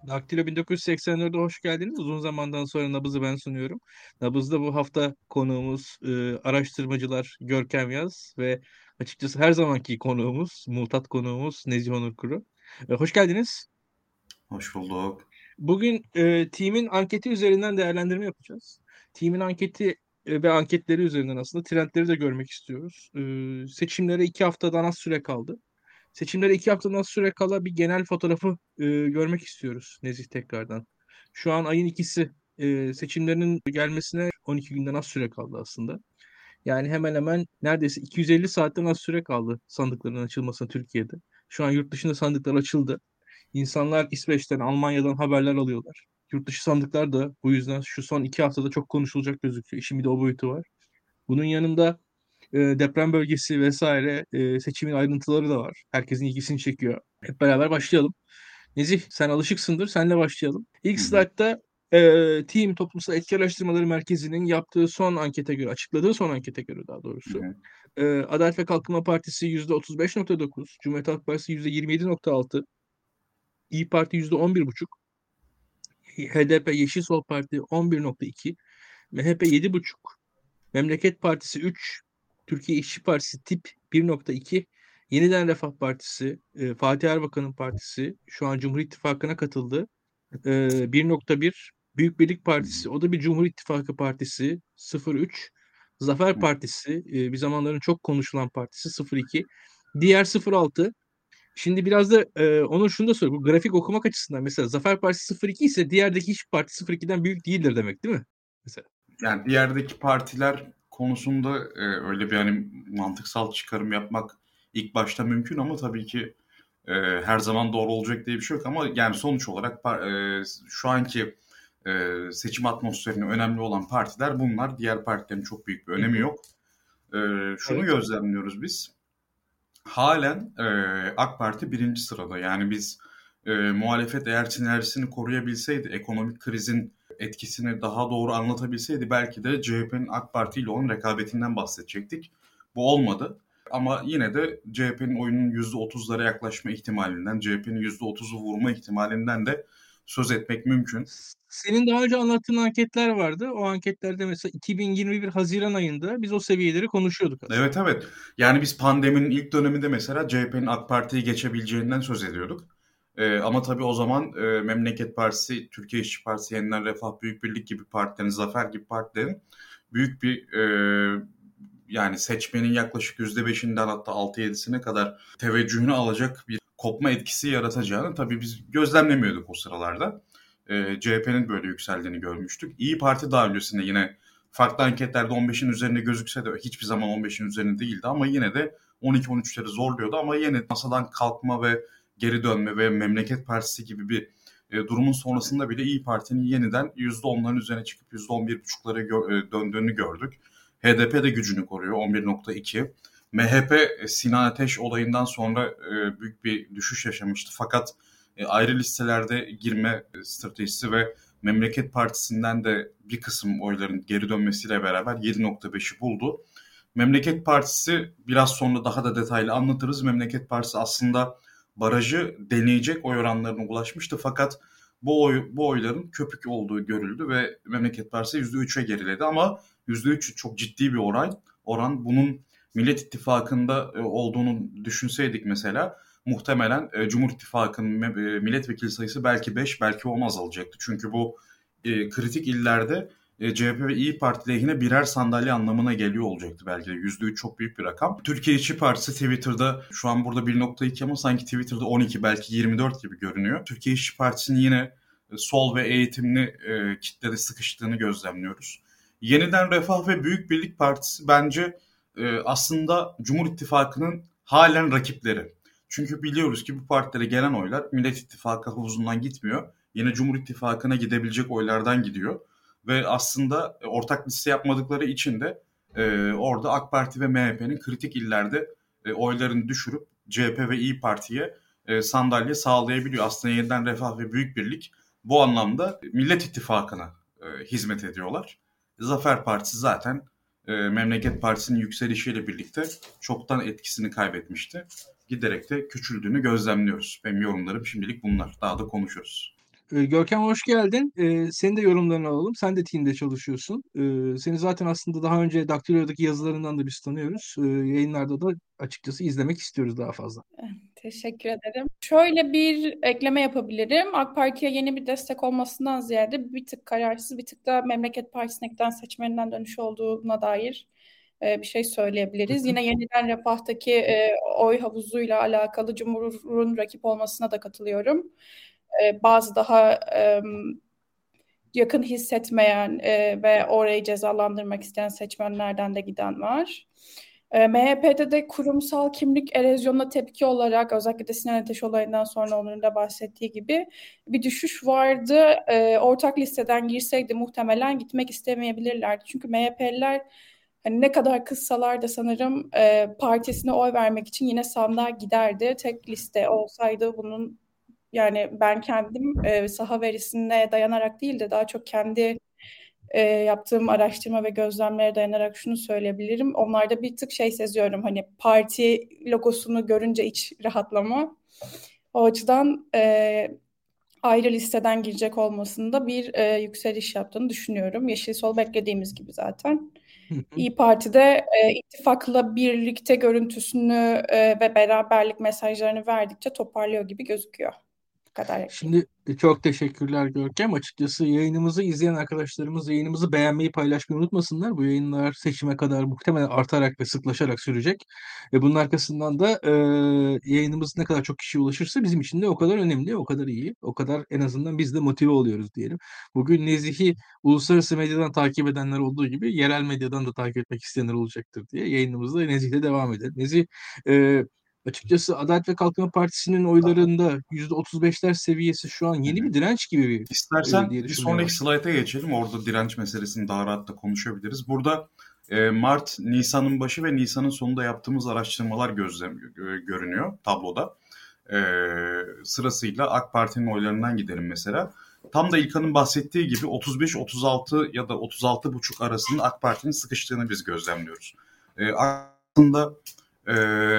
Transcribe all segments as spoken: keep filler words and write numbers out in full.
Daktilo bin dokuz yüz seksen dörde hoş geldiniz. Uzun zamandan sonra Nabız'ı ben sunuyorum. Nabız'da bu hafta konuğumuz e, araştırmacılar Görkem Yaz ve açıkçası her zamanki konuğumuz, mutat konuğumuz Nezih Onur Kuru. E, hoş geldiniz. Hoş bulduk. Bugün e, team'in anketi üzerinden değerlendirme yapacağız. Team'in anketi e, ve anketleri üzerinden aslında trendleri de görmek istiyoruz. E, seçimlere iki haftadan az süre kaldı. Seçimlere iki haftadan az süre kala bir genel fotoğrafı e, görmek istiyoruz Nezih tekrardan. Şu an ayın ikisi e, seçimlerin gelmesine on iki günden az süre kaldı aslında. Yani hemen hemen neredeyse iki yüz elli saatten az süre kaldı sandıkların açılmasına Türkiye'de. Şu an yurt dışında sandıklar açıldı. İnsanlar İsveç'ten, Almanya'dan haberler alıyorlar. Yurt dışı sandıklar da bu yüzden şu son iki haftada çok konuşulacak gözüküyor. İşin bir de o boyutu var. Bunun yanında e, deprem bölgesi vesaire e, seçimin ayrıntıları da var. Herkesin ilgisini çekiyor. Hep beraber başlayalım. Nezih sen alışıksındır. Senle başlayalım. İlk Hı hı. slaytta e, Team Toplumsal Etki Araştırmaları Merkezi'nin yaptığı son ankete göre, açıkladığı son ankete göre daha Hı doğrusu. hı. E, Adalet ve Kalkınma Partisi yüzde otuz beş nokta dokuz, Cumhuriyet Halk Partisi yüzde yirmi yedi nokta altı, İyi Parti yüzde on bir buçuk, H D P Yeşil Sol Parti on bir nokta iki, M H P yedi buçuk, Memleket Partisi üç, Türkiye İşçi Partisi tip bir nokta iki, Yeniden Refah Partisi, e, Fatih Erbakan'ın partisi şu an Cumhur İttifakı'na katıldı. E, bir nokta bir, Büyük Birlik Hı hı. Partisi, o da bir Cumhur İttifakı partisi sıfır virgül üç, Zafer Hı. Partisi, e, bir zamanların çok konuşulan partisi sıfır virgül iki, diğer sıfır virgül altı. Şimdi biraz da e, onun şunu da söyleyeyim. Bu grafik okumak açısından mesela Zafer Partisi sıfır virgül iki ise diğerdeki hiçbir parti sıfır virgül ikiden büyük değildir demek değil mi? Mesela. Yani diğerdeki partiler konusunda e, öyle bir hani mantıksal çıkarım yapmak ilk başta mümkün ama tabii ki e, her zaman doğru olacak diye bir şey yok ama yani sonuç olarak par- e, şu anki e, seçim atmosferine önemli olan partiler bunlar. Diğer partilerin çok büyük bir Hı önemi hı. yok. E, şunu Evet. gözlemliyoruz biz. Halen e, AK Parti birinci sırada. Yani biz e, muhalefet eğer sinerjisini koruyabilseydi, ekonomik krizin etkisini daha doğru anlatabilseydi belki de C H P'nin AK Parti ile olan rekabetinden bahsedecektik. Bu olmadı. Ama yine de C H P'nin oyunun yüzde otuzlara yaklaşma ihtimalinden, C H P'nin yüzde otuzu vurma ihtimalinden de söz etmek mümkün. Senin daha önce anlattığın anketler vardı. O anketlerde mesela iki bin yirmi bir Haziran ayında biz o seviyeleri konuşuyorduk Evet, aslında. evet. Yani biz pandeminin ilk döneminde mesela C H P'nin AK Parti'yi geçebileceğinden söz ediyorduk. Ee, ama tabii o zaman e, Memleket Partisi, Türkiye İşçi Partisi, Yeniden Refah, Büyük Birlik gibi partilerin, Zafer gibi partilerin büyük bir e, yani seçmenin yaklaşık yüzde beşinden hatta altı yedisine kadar teveccühünü alacak bir kopma etkisi yaratacağını tabii biz gözlemlemiyorduk o sıralarda. Ee, C H P'nin böyle yükseldiğini görmüştük. İyi Parti daha öncesinde yine farklı anketlerde on beşin üzerinde gözükse de hiçbir zaman on beşin üzerinde değildi ama yine de on iki on üçleri zorluyordu ama yine masadan kalkma ve geri dönme ve Memleket Partisi gibi bir e, durumun sonrasında bile İyi Parti'nin yeniden yüzde onların üzerine çıkıp yüzde on bir buçuklara gö- e, döndüğünü gördük. H D P de gücünü koruyor on bir nokta iki. M H P e, Sinan Ateş olayından sonra e, büyük bir düşüş yaşamıştı. Fakat e, ayrı listelerde girme e, stratejisi ve Memleket Partisi'nden de bir kısım oyların geri dönmesiyle beraber yedi nokta beşi buldu. Memleket Partisi biraz sonra daha da detaylı anlatırız. Memleket Partisi aslında barajı deneyecek oy oranlarına ulaşmıştı fakat bu oy, bu oyların köpük olduğu görüldü ve Memleket Partisi yüzde üçe geriledi ama yüzde üç çok ciddi bir oran. Oran bunun Millet İttifakı'nda e, olduğunu düşünseydik mesela muhtemelen e, Cumhur İttifakı'nın e, milletvekili sayısı belki beş belki on azalacaktı. Çünkü bu e, kritik illerde e, C H P ve İyi Parti lehine birer sandalye anlamına geliyor olacaktı belki de. yüzde üç çok büyük bir rakam. Türkiye İşçi Partisi Twitter'da şu an burada bir nokta iki ama sanki Twitter'da on iki belki yirmi dört gibi görünüyor. Türkiye İşçi Partisi'nin yine e, sol ve eğitimli e, kitlede sıkıştığını gözlemliyoruz. Yeniden Refah ve Büyük Birlik Partisi bence e, aslında Cumhur İttifakı'nın halen rakipleri. Çünkü biliyoruz ki bu partilere gelen oylar Millet İttifakı havuzundan gitmiyor. Yine Cumhur İttifakı'na gidebilecek oylardan gidiyor. Ve aslında e, ortak liste yapmadıkları için de e, orada AK Parti ve M H P'nin kritik illerde e, oylarını düşürüp C H P ve İyi Parti'ye e, sandalye sağlayabiliyor. Aslında yeniden Refah ve Büyük Birlik bu anlamda Millet İttifakı'na e, hizmet ediyorlar. Zafer Partisi zaten e, Memleket Partisi'nin yükselişiyle birlikte çoktan etkisini kaybetmişti. Giderek de küçüldüğünü gözlemliyoruz. Benim yorumlarım şimdilik bunlar. Daha da konuşuruz. Ee, Görkem hoş geldin. Ee, senin de yorumlarını alalım. Sen de team'de çalışıyorsun. Ee, seni zaten aslında daha önce Daktilo'daki yazılarından da biz tanıyoruz. Ee, yayınlarda da açıkçası izlemek istiyoruz daha fazla. Teşekkür ederim. Şöyle bir ekleme yapabilirim. AK Parti'ye yeni bir destek olmasından ziyade bir tık kararsız, bir tık da Memleket Partisi'ne giden seçmeninden dönüş olduğuna dair e, bir şey Hı söyleyebiliriz. hı. Yine Yeniden Refah'taki e, oy havuzuyla alakalı Cumhur'un rakip olmasına da katılıyorum. E, bazı daha e, yakın hissetmeyen e, ve orayı cezalandırmak isteyen seçmenlerden de giden var. E, M H P'de de kurumsal kimlik erozyonuna tepki olarak özellikle de Sinan Ateş olayından sonra Onur'un da bahsettiği gibi bir düşüş vardı. E, ortak listeden girseydi muhtemelen gitmek istemeyebilirlerdi. Çünkü M H P'liler hani ne kadar kızsalar da sanırım e, partisine oy vermek için yine sandığa giderdi. Tek liste olsaydı bunun yani ben kendim e, saha verisine dayanarak değil de daha çok kendi e, yaptığım araştırma ve gözlemlere dayanarak şunu söyleyebilirim. Onlarda bir tık şey seziyorum hani parti logosunu görünce iç rahatlama. O açıdan e, ayrı listeden girecek olmasında bir e, yükseliş yaptığını düşünüyorum. Yeşil Sol beklediğimiz gibi zaten. Hı hı. İyi Parti'de e, ittifakla birlikte görüntüsünü e, ve beraberlik mesajlarını verdikçe toparlıyor gibi gözüküyor. Bu kadar ekleyeyim. Şimdi e, çok teşekkürler Görkem. Açıkçası yayınımızı izleyen arkadaşlarımız yayınımızı beğenmeyi, paylaşmayı unutmasınlar. Bu yayınlar seçime kadar muhtemelen artarak ve sıklaşarak sürecek. Ve bunun arkasından da e, yayınımız ne kadar çok kişiye ulaşırsa bizim için de o kadar önemli, o kadar iyi, o kadar en azından biz de motive oluyoruz diyelim. Bugün Nezih'i uluslararası medyadan takip edenler olduğu gibi yerel medyadan da takip etmek isteyenler olacaktır diye yayınımızda Nezih'le devam edelim. Nezih, e, açıkçası Adalet ve Kalkınma Partisi'nin oylarında yüzde otuz beşler seviyesi şu an Hı yeni hı. bir direnç gibi bir, e, İstersen diye bir düşünmeye sonraki başladım. slayta geçelim. Orada direnç meselesini daha rahat da konuşabiliriz. Burada e, Mart, Nisan'ın başı ve Nisan'ın sonunda yaptığımız araştırmalar gözlem gö- görünüyor tabloda. E, Sırasıyla AK Parti'nin oylarından gidelim mesela. Tam da İlkan'ın bahsettiği gibi otuz beş otuz altı ya da otuz altı buçuk arasında AK Parti'nin sıkıştığını biz gözlemliyoruz. E, aslında e,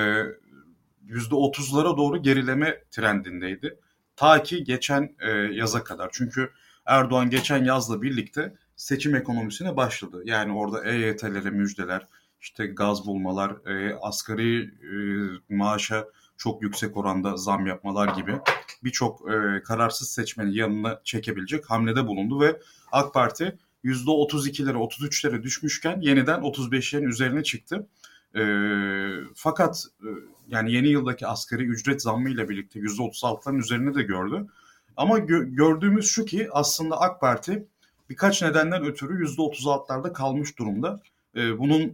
yüzde otuzlara doğru gerileme trendindeydi. Ta ki geçen e, yaza kadar. Çünkü Erdoğan geçen yazla birlikte seçim ekonomisine başladı. Yani orada E Y T'lere müjdeler, işte gaz bulmalar, e, asgari e, maaşa çok yüksek oranda zam yapmalar gibi birçok e, kararsız seçmeni yanına çekebilecek hamlede bulundu ve AK Parti yüzde otuz ikilere, otuz üçlere düşmüşken yeniden otuz beşlerin üzerine çıktı. E, fakat e, yani yeni yıldaki asgari ücret zammı ile birlikte yüzde otuz altıların üzerine de gördü. Ama gö- gördüğümüz şu ki aslında AK Parti birkaç nedenden ötürü yüzde otuz altılarda kalmış durumda. E, bunun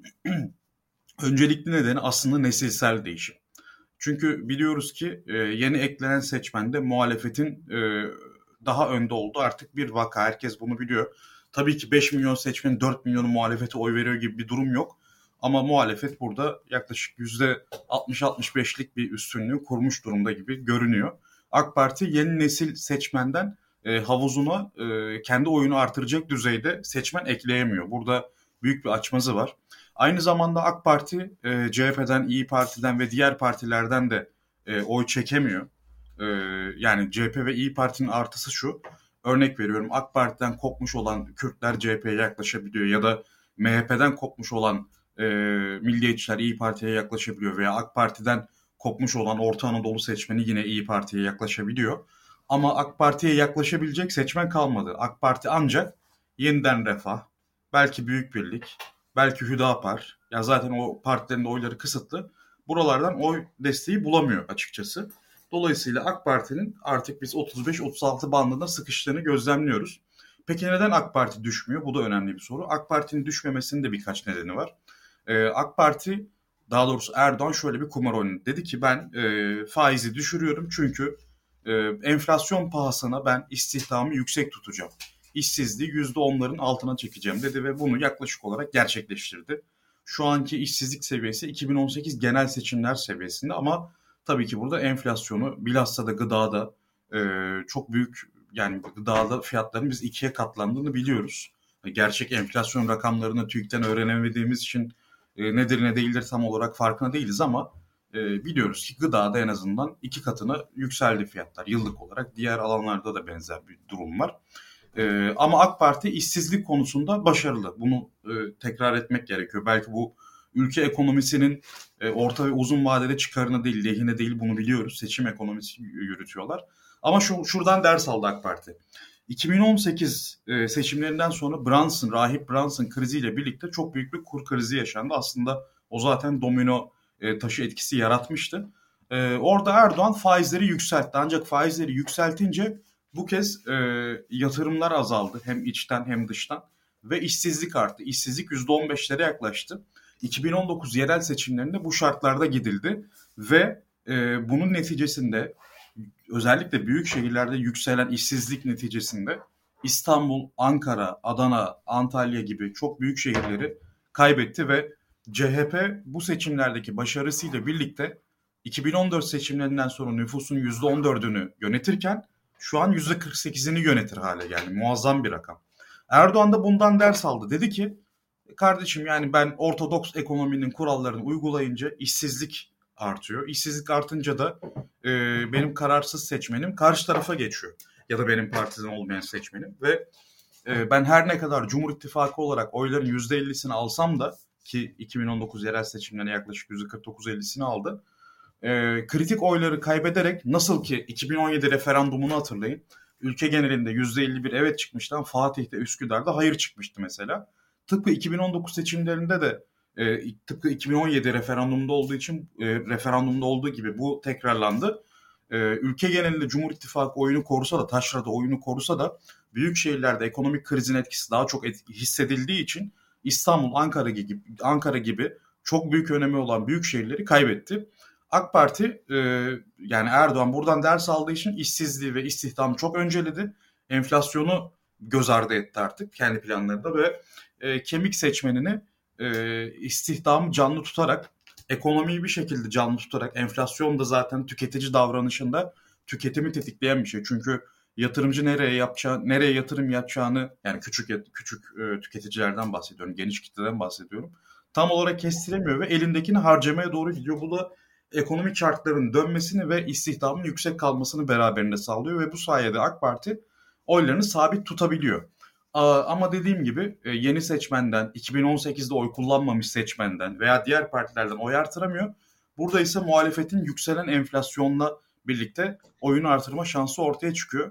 öncelikli nedeni aslında nesilsel değişim. Çünkü biliyoruz ki e, yeni eklenen seçmende muhalefetin e, daha önde olduğu artık bir vaka. Herkes bunu biliyor. Tabii ki beş milyon seçmenin dört milyonu muhalefete oy veriyor gibi bir durum yok. Ama muhalefet burada yaklaşık yüzde altmış altmış beşlik bir üstünlüğü kurmuş durumda gibi görünüyor. AK Parti yeni nesil seçmenden e, havuzuna e, kendi oyunu artıracak düzeyde seçmen ekleyemiyor. Burada büyük bir açmazı var. Aynı zamanda AK Parti e, C H P'den, İyi Parti'den ve diğer partilerden de e, oy çekemiyor. E, Yani C H P ve İyi Parti'nin artısı şu. Örnek veriyorum, AK Parti'den kopmuş olan Kürtler C H P'ye yaklaşabiliyor ya da M H P'den kopmuş olan e, milliyetçiler İyi Parti'ye yaklaşabiliyor veya AK Parti'den kopmuş olan Orta Anadolu seçmeni yine İyi Parti'ye yaklaşabiliyor. Ama AK Parti'ye yaklaşabilecek seçmen kalmadı. AK Parti ancak Yeniden Refah, belki Büyük Birlik, belki Hüdapar. Ya zaten o partilerin de oyları kısıtlı. Buralardan oy desteği bulamıyor açıkçası. Dolayısıyla AK Parti'nin artık biz otuz beş otuz altı bandında sıkıştığını gözlemliyoruz. Peki neden AK Parti düşmüyor? Bu da önemli bir soru. AK Parti'nin düşmemesinin de birkaç nedeni var. Ee, AK Parti, daha doğrusu Erdoğan şöyle bir kumar oynadı. Dedi ki ben e, faizi düşürüyorum çünkü e, enflasyon pahasına ben istihdamı yüksek tutacağım. İşsizliği yüzde onların altına çekeceğim dedi ve bunu yaklaşık olarak gerçekleştirdi. Şu anki işsizlik seviyesi iki bin on sekiz genel seçimler seviyesinde ama tabii ki burada enflasyonu bilhassa da gıdada e, çok büyük, yani gıdada fiyatların biz ikiye katlandığını biliyoruz. Gerçek enflasyon rakamlarını TÜİK'ten öğrenemediğimiz için e, nedir ne değildir tam olarak farkında değiliz ama e, biliyoruz ki gıdada en azından iki katına yükseldi fiyatlar yıllık olarak. Diğer alanlarda da benzer bir durum var. E, ama AK Parti işsizlik konusunda başarılı. Bunu e, tekrar etmek gerekiyor. Belki bu ülke ekonomisinin e, orta ve uzun vadede çıkarına değil, lehine değil, bunu biliyoruz. Seçim ekonomisi yürütüyorlar. Ama şu, şuradan ders aldı AK Parti. iki bin on sekiz e, seçimlerinden sonra Brunson, Rahip Brunson kriziyle birlikte çok büyük bir kur krizi yaşandı. Aslında o zaten domino e, taşı etkisi yaratmıştı. E, orada Erdoğan faizleri yükseltti. Ancak faizleri yükseltince bu kez e, yatırımlar azaldı. Hem içten hem dıştan. Ve işsizlik arttı. İşsizlik yüzde on beşlere yaklaştı. iki bin on dokuz yerel seçimlerinde bu şartlarda gidildi. Ve e, bunun neticesinde özellikle büyük şehirlerde yükselen işsizlik neticesinde İstanbul, Ankara, Adana, Antalya gibi çok büyük şehirleri kaybetti ve C H P bu seçimlerdeki başarısıyla birlikte iki bin on dört seçimlerinden sonra nüfusun yüzde on dördünü yönetirken şu an yüzde kırk sekizini yönetir hale geldi. Muazzam bir rakam. Erdoğan da bundan ders aldı. Dedi ki kardeşim, yani ben ortodoks ekonominin kurallarını uygulayınca işsizlik artıyor. İşsizlik artınca da e, benim kararsız seçmenim karşı tarafa geçiyor. Ya da benim partiden olmayan seçmenim. Ve e, ben her ne kadar Cumhur İttifakı olarak oyların yüzde ellisini alsam da, ki iki bin on dokuz yerel seçimlerine yaklaşık yüzde kırk dokuz ellisini aldı. E, kritik oyları kaybederek, nasıl ki iki bin on yedi referandumunu hatırlayın. Ülke genelinde yüzde elli bir evet çıkmıştı ama Fatih'te, Üsküdar'da hayır çıkmıştı mesela. Tıpkı iki bin on dokuz seçimlerinde de e, tıpkı iki bin on yedi referandumunda olduğu için e, referandumda olduğu gibi bu tekrarlandı. E, ülke genelinde Cumhur İttifakı oyunu korusa da, taşrada oyunu korusa da büyük şehirlerde ekonomik krizin etkisi daha çok et, hissedildiği için İstanbul, Ankara gibi Ankara gibi çok büyük önemi olan büyük şehirleri kaybetti. AK Parti e, yani Erdoğan buradan ders aldığı için işsizliği ve istihdamı çok önceledi. Enflasyonu göz ardı etti artık kendi planlarında ve e, kemik seçmenini e, istihdamı canlı tutarak, ekonomiyi bir şekilde canlı tutarak, enflasyon da zaten tüketici davranışında tüketimi tetikleyen bir şey. Çünkü yatırımcı nereye yapacağı, nereye yatırım yapacağını, yani küçük küçük e, tüketicilerden bahsediyorum, geniş kitleden bahsediyorum. Tam olarak kestiremiyor ve elindekini harcamaya doğru gidiyor. Bu da ekonomik şartların dönmesini ve istihdamın yüksek kalmasını beraberinde sağlıyor ve bu sayede AK Parti oylarını sabit tutabiliyor. Ama dediğim gibi yeni seçmenden, iki bin on sekizde oy kullanmamış seçmenden veya diğer partilerden oy artıramıyor. Burada ise muhalefetin yükselen enflasyonla birlikte oyunu artırma şansı ortaya çıkıyor.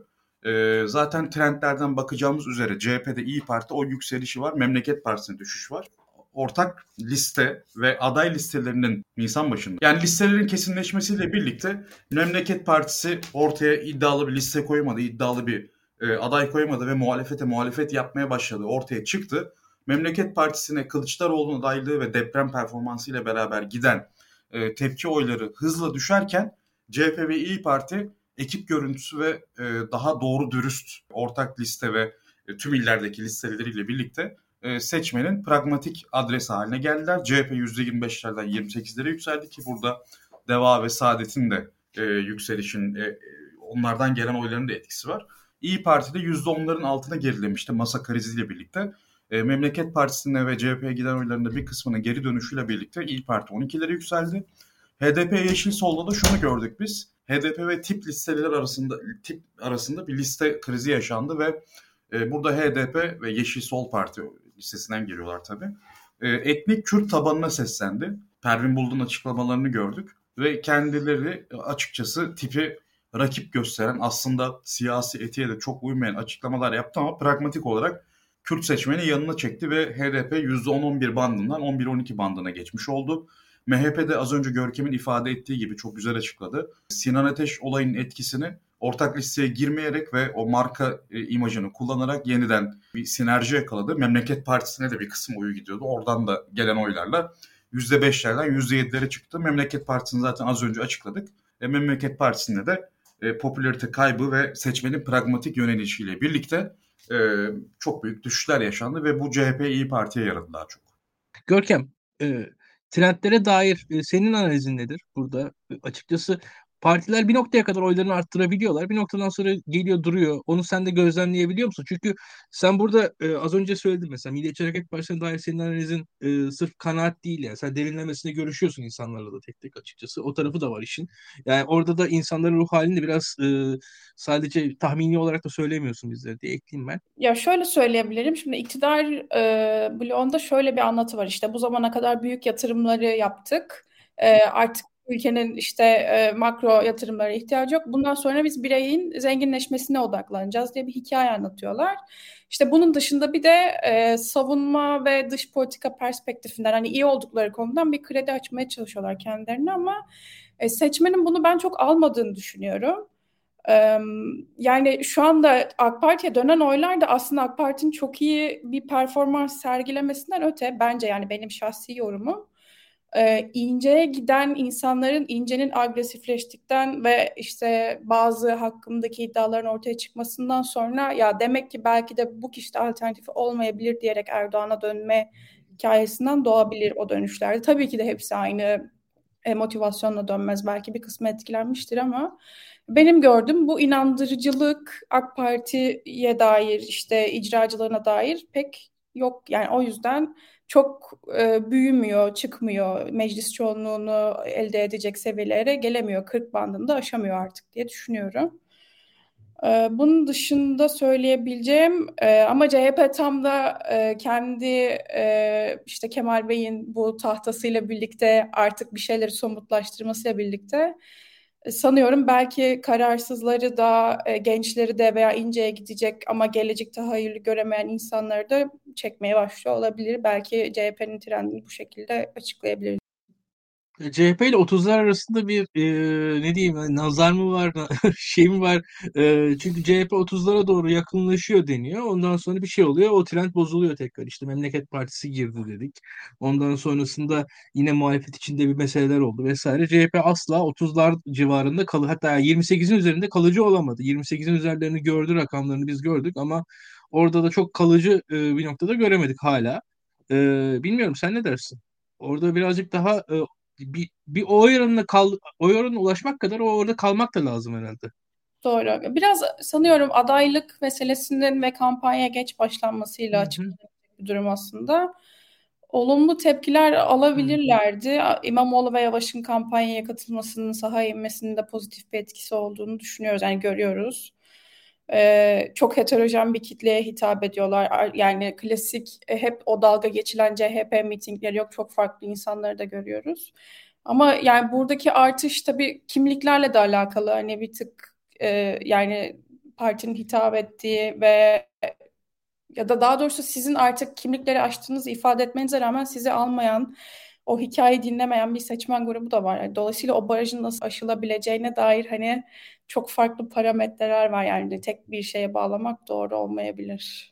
Zaten trendlerden bakacağımız üzere C H P'de, İyi Parti oy yükselişi var, Memleket Partisi'ne düşüş var. Ortak liste ve aday listelerinin Nisan başında, yani listelerin kesinleşmesiyle birlikte Memleket Partisi ortaya iddialı bir liste koymadı, iddialı bir e, aday koymadı ve muhalefete muhalefet yapmaya başladı, ortaya çıktı. Memleket Partisi'ne Kılıçdaroğlu'nun adaylığı ve deprem performansıyla beraber giden e, tepki oyları hızla düşerken C H P ve İyi Parti ekip görüntüsü ve e, daha doğru dürüst ortak liste ve e, tüm illerdeki listeleriyle birlikte seçmenin pragmatik adresi haline geldiler. C H P yüzde yirmi beşlerden yirmi sekizlere yükseldi ki burada Deva ve Saadet'in de e, yükselişin, e, onlardan gelen oyların da etkisi var. İyi Parti'de yüzde onların altına gerilemişti masa kriziyle birlikte. E, Memleket Partisi'ne ve C H P'ye giden oyların da bir kısmının geri dönüşüyle birlikte İyi Parti on ikilere yükseldi. H D P Yeşil Sol'da da şunu gördük biz. H D P ve tip listeler arasında tip arasında bir liste krizi yaşandı ve e, burada H D P ve Yeşil Sol Parti listesinden geliyorlar tabii. E, etnik Kürt tabanına seslendi. Pervin Bulut'un açıklamalarını gördük ve kendileri açıkçası tipi rakip gösteren, aslında siyasi etiğe de çok uymayan açıklamalar yaptı ama pragmatik olarak Kürt seçmeni yanına çekti ve H D P yüzde on on bir bandından on bir on iki bandına geçmiş oldu. M H P de az önce Görkem'in ifade ettiği gibi çok güzel açıkladı. Sinan Ateş olayının etkisini ortak listeye girmeyerek ve o marka e, imajını kullanarak yeniden bir sinerji yakaladı. Memleket Partisi'ne de bir kısım oyu gidiyordu. Oradan da gelen oylarla yüzde beşlerden yüzde yedilere çıktı. Memleket Partisi'ni zaten az önce açıkladık. E, Memleket Partisi'nde de e, popülarite kaybı ve seçmenin pragmatik yönelişiyle birlikte e, çok büyük düşüşler yaşandı ve bu C H P İyi Parti'ye yaradı daha çok. Görkem, e, trendlere dair e, senin analizin nedir burada? E, açıkçası partiler bir noktaya kadar oylarını arttırabiliyorlar. Bir noktadan sonra geliyor duruyor. Onu sen de gözlemleyebiliyor musun? Çünkü sen burada e, az önce söyledin mesela Milliyetçi Hareket Partisi'ne dair senin analizin e, sırf kanaat değil yani. Sen derinlemesine görüşüyorsun insanlarla da tek tek açıkçası. O tarafı da var işin. Yani orada da insanların ruh halini de biraz e, sadece tahmini olarak da söylemiyorsun bizlere diye ekleyeyim ben. Ya şöyle söyleyebilirim. Şimdi iktidar e, bloğunda şöyle bir anlatı var. İşte bu zamana kadar büyük yatırımları yaptık. E, artık ülkenin işte e, makro yatırımlara ihtiyacı yok. Bundan sonra biz bireyin zenginleşmesine odaklanacağız diye bir hikaye anlatıyorlar. İşte bunun dışında bir de e, savunma ve dış politika perspektifinden hani iyi oldukları konudan bir kredi açmaya çalışıyorlar kendilerine ama e, seçmenin bunu ben çok almadığını düşünüyorum. Ee, Yani şu anda AK Parti'ye dönen oylar da aslında AK Parti'nin çok iyi bir performans sergilemesinden öte bence yani benim şahsi yorumum e, İnce'ye giden insanların İnce'nin agresifleştikten ve işte bazı hakkındaki iddiaların ortaya çıkmasından sonra ya demek ki belki de bu kişi de alternatifi olmayabilir diyerek Erdoğan'a dönme hikayesinden doğabilir o dönüşlerde. Tabii ki de hepsi aynı e, motivasyonla dönmez. Belki bir kısmı etkilenmiştir ama benim gördüğüm bu inandırıcılık AK Parti'ye dair işte icracılarına dair pek yok. Yani o yüzden çok e, büyümüyor, çıkmıyor. Meclis çoğunluğunu elde edecek seviyelere gelemiyor. kırk bandında aşamıyor artık diye düşünüyorum. Ee, Bunun dışında söyleyebileceğim e, ama C H P tam da e, kendi e, işte Kemal Bey'in bu tahtasıyla birlikte artık bir şeyleri somutlaştırmasıyla birlikte e, sanıyorum belki kararsızları da e, gençleri de veya İnce'ye gidecek ama gelecekte hayırlı göremeyen insanları da çekmeye başlıyor olabilir. Belki C H P'nin trendini bu şekilde açıklayabilir. C H P ile otuzlar arasında bir e, ne diyeyim yani nazar mı var şey mi var? E, çünkü C H P otuzlara doğru yakınlaşıyor deniyor. Ondan sonra bir şey oluyor. O trend bozuluyor tekrar. İşte Memleket Partisi girdi dedik. Ondan sonrasında yine muhalefet içinde bir meseleler oldu vesaire. C H P asla otuzlar civarında kalı hatta yirmi sekizin üzerinde kalıcı olamadı. yirmi sekizin üzerlerini gördü rakamlarını biz gördük ama orada da çok kalıcı e, bir noktada göremedik hala. E, bilmiyorum sen ne dersin? Orada birazcık daha e, bir, bir o oranına kal o oranına ulaşmak kadar o orada kalmak da lazım herhalde. Doğru. Biraz sanıyorum adaylık meselesinin ve kampanya geç Hı başlanmasıyla hı, açıklanacak bir durum aslında. Olumlu tepkiler hı. alabilirlerdi. İmamoğlu ve Yavaş'ın kampanyaya katılmasının sahaya inmesinin de pozitif bir etkisi olduğunu düşünüyoruz. Yani görüyoruz. Ee, çok heterojen bir kitleye hitap ediyorlar. Yani klasik e, hep o dalga geçilen C H P mitingleri yok. Çok farklı insanları da görüyoruz. Ama yani buradaki artış tabii kimliklerle de alakalı. Hani bir tık e, yani partinin hitap ettiği ve ya da daha doğrusu sizin artık kimlikleri aştığınızı ifade etmenize rağmen sizi almayan, o hikayeyi dinlemeyen bir seçmen grubu da var. Yani dolayısıyla o barajın nasıl aşılabileceğine dair hani çok farklı parametreler var. Yani tek bir şeye bağlamak doğru olmayabilir.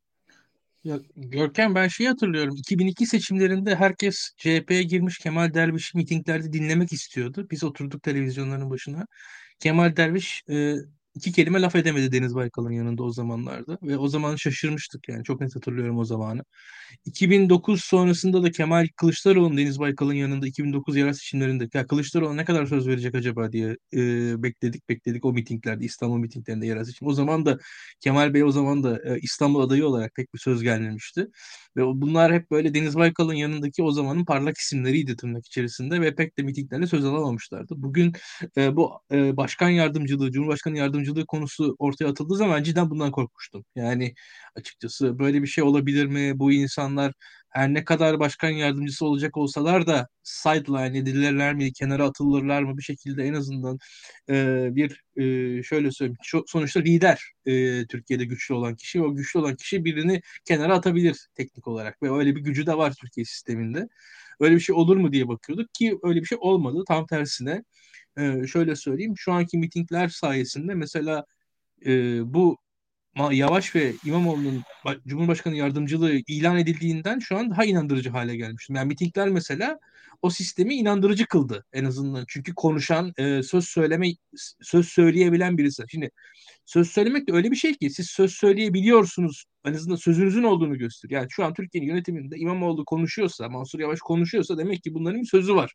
Ya Görkem ben şeyi hatırlıyorum. iki bin iki seçimlerinde herkes C H P'ye girmiş Kemal Derviş'i mitinglerde dinlemek istiyordu. Biz oturduk televizyonların başına. Kemal Derviş e, iki kelime laf edemedi Deniz Baykal'ın yanında o zamanlarda. Ve o zaman şaşırmıştık yani. Çok net hatırlıyorum o zamanı. iki bin dokuz sonrasında da Kemal Kılıçdaroğlu'nun Deniz Baykal'ın yanında iki bin dokuz yerel seçimlerinde ya Kılıçdaroğlu ne kadar söz verecek acaba diye e, bekledik bekledik o mitinglerde İstanbul mitinglerinde yerel seçim. O zaman da Kemal Bey o zaman da e, İstanbul adayı olarak pek bir söz gelmemişti. Ve o- bunlar hep böyle Deniz Baykal'ın yanındaki o zamanın parlak isimleriydi tırnak içerisinde ve pek de mitinglerde söz alamamışlardı. Bugün e, bu e, başkan yardımcılığı, Cumhurbaşkanı yardımcılığı konusu ortaya atıldığı zaman cidden bundan korkmuştum. Yani açıkçası böyle bir şey olabilir mi? Bu insanlar her ne kadar başkan yardımcısı olacak olsalar da sideline edilirler mi, kenara atılırlar mı bir şekilde en azından e, bir e, şöyle söyleyeyim. Şu- sonuçta lider e, Türkiye'de güçlü olan kişi. O güçlü olan kişi birini kenara atabilir teknik olarak ve öyle bir gücü de var Türkiye sisteminde. Öyle bir şey olur mu diye bakıyorduk ki öyle bir şey olmadı. Tam tersine e, şöyle söyleyeyim. Şu anki mitingler sayesinde mesela e, bu Ma- Yavaş ve İmamoğlu'nun ba- Cumhurbaşkanı yardımcılığı ilan edildiğinden şu an daha inandırıcı hale gelmiştim. Yani mitingler mesela o sistemi inandırıcı kıldı en azından. Çünkü konuşan, e, söz söyleme, söz söyleyebilen birisi. Şimdi söz söylemek de öyle bir şey ki siz söz söyleyebiliyorsunuz. En azından sözünüzün olduğunu gösteriyor. Yani şu an Türkiye'nin yönetiminde İmamoğlu konuşuyorsa, Mansur Yavaş konuşuyorsa demek ki bunların bir sözü var.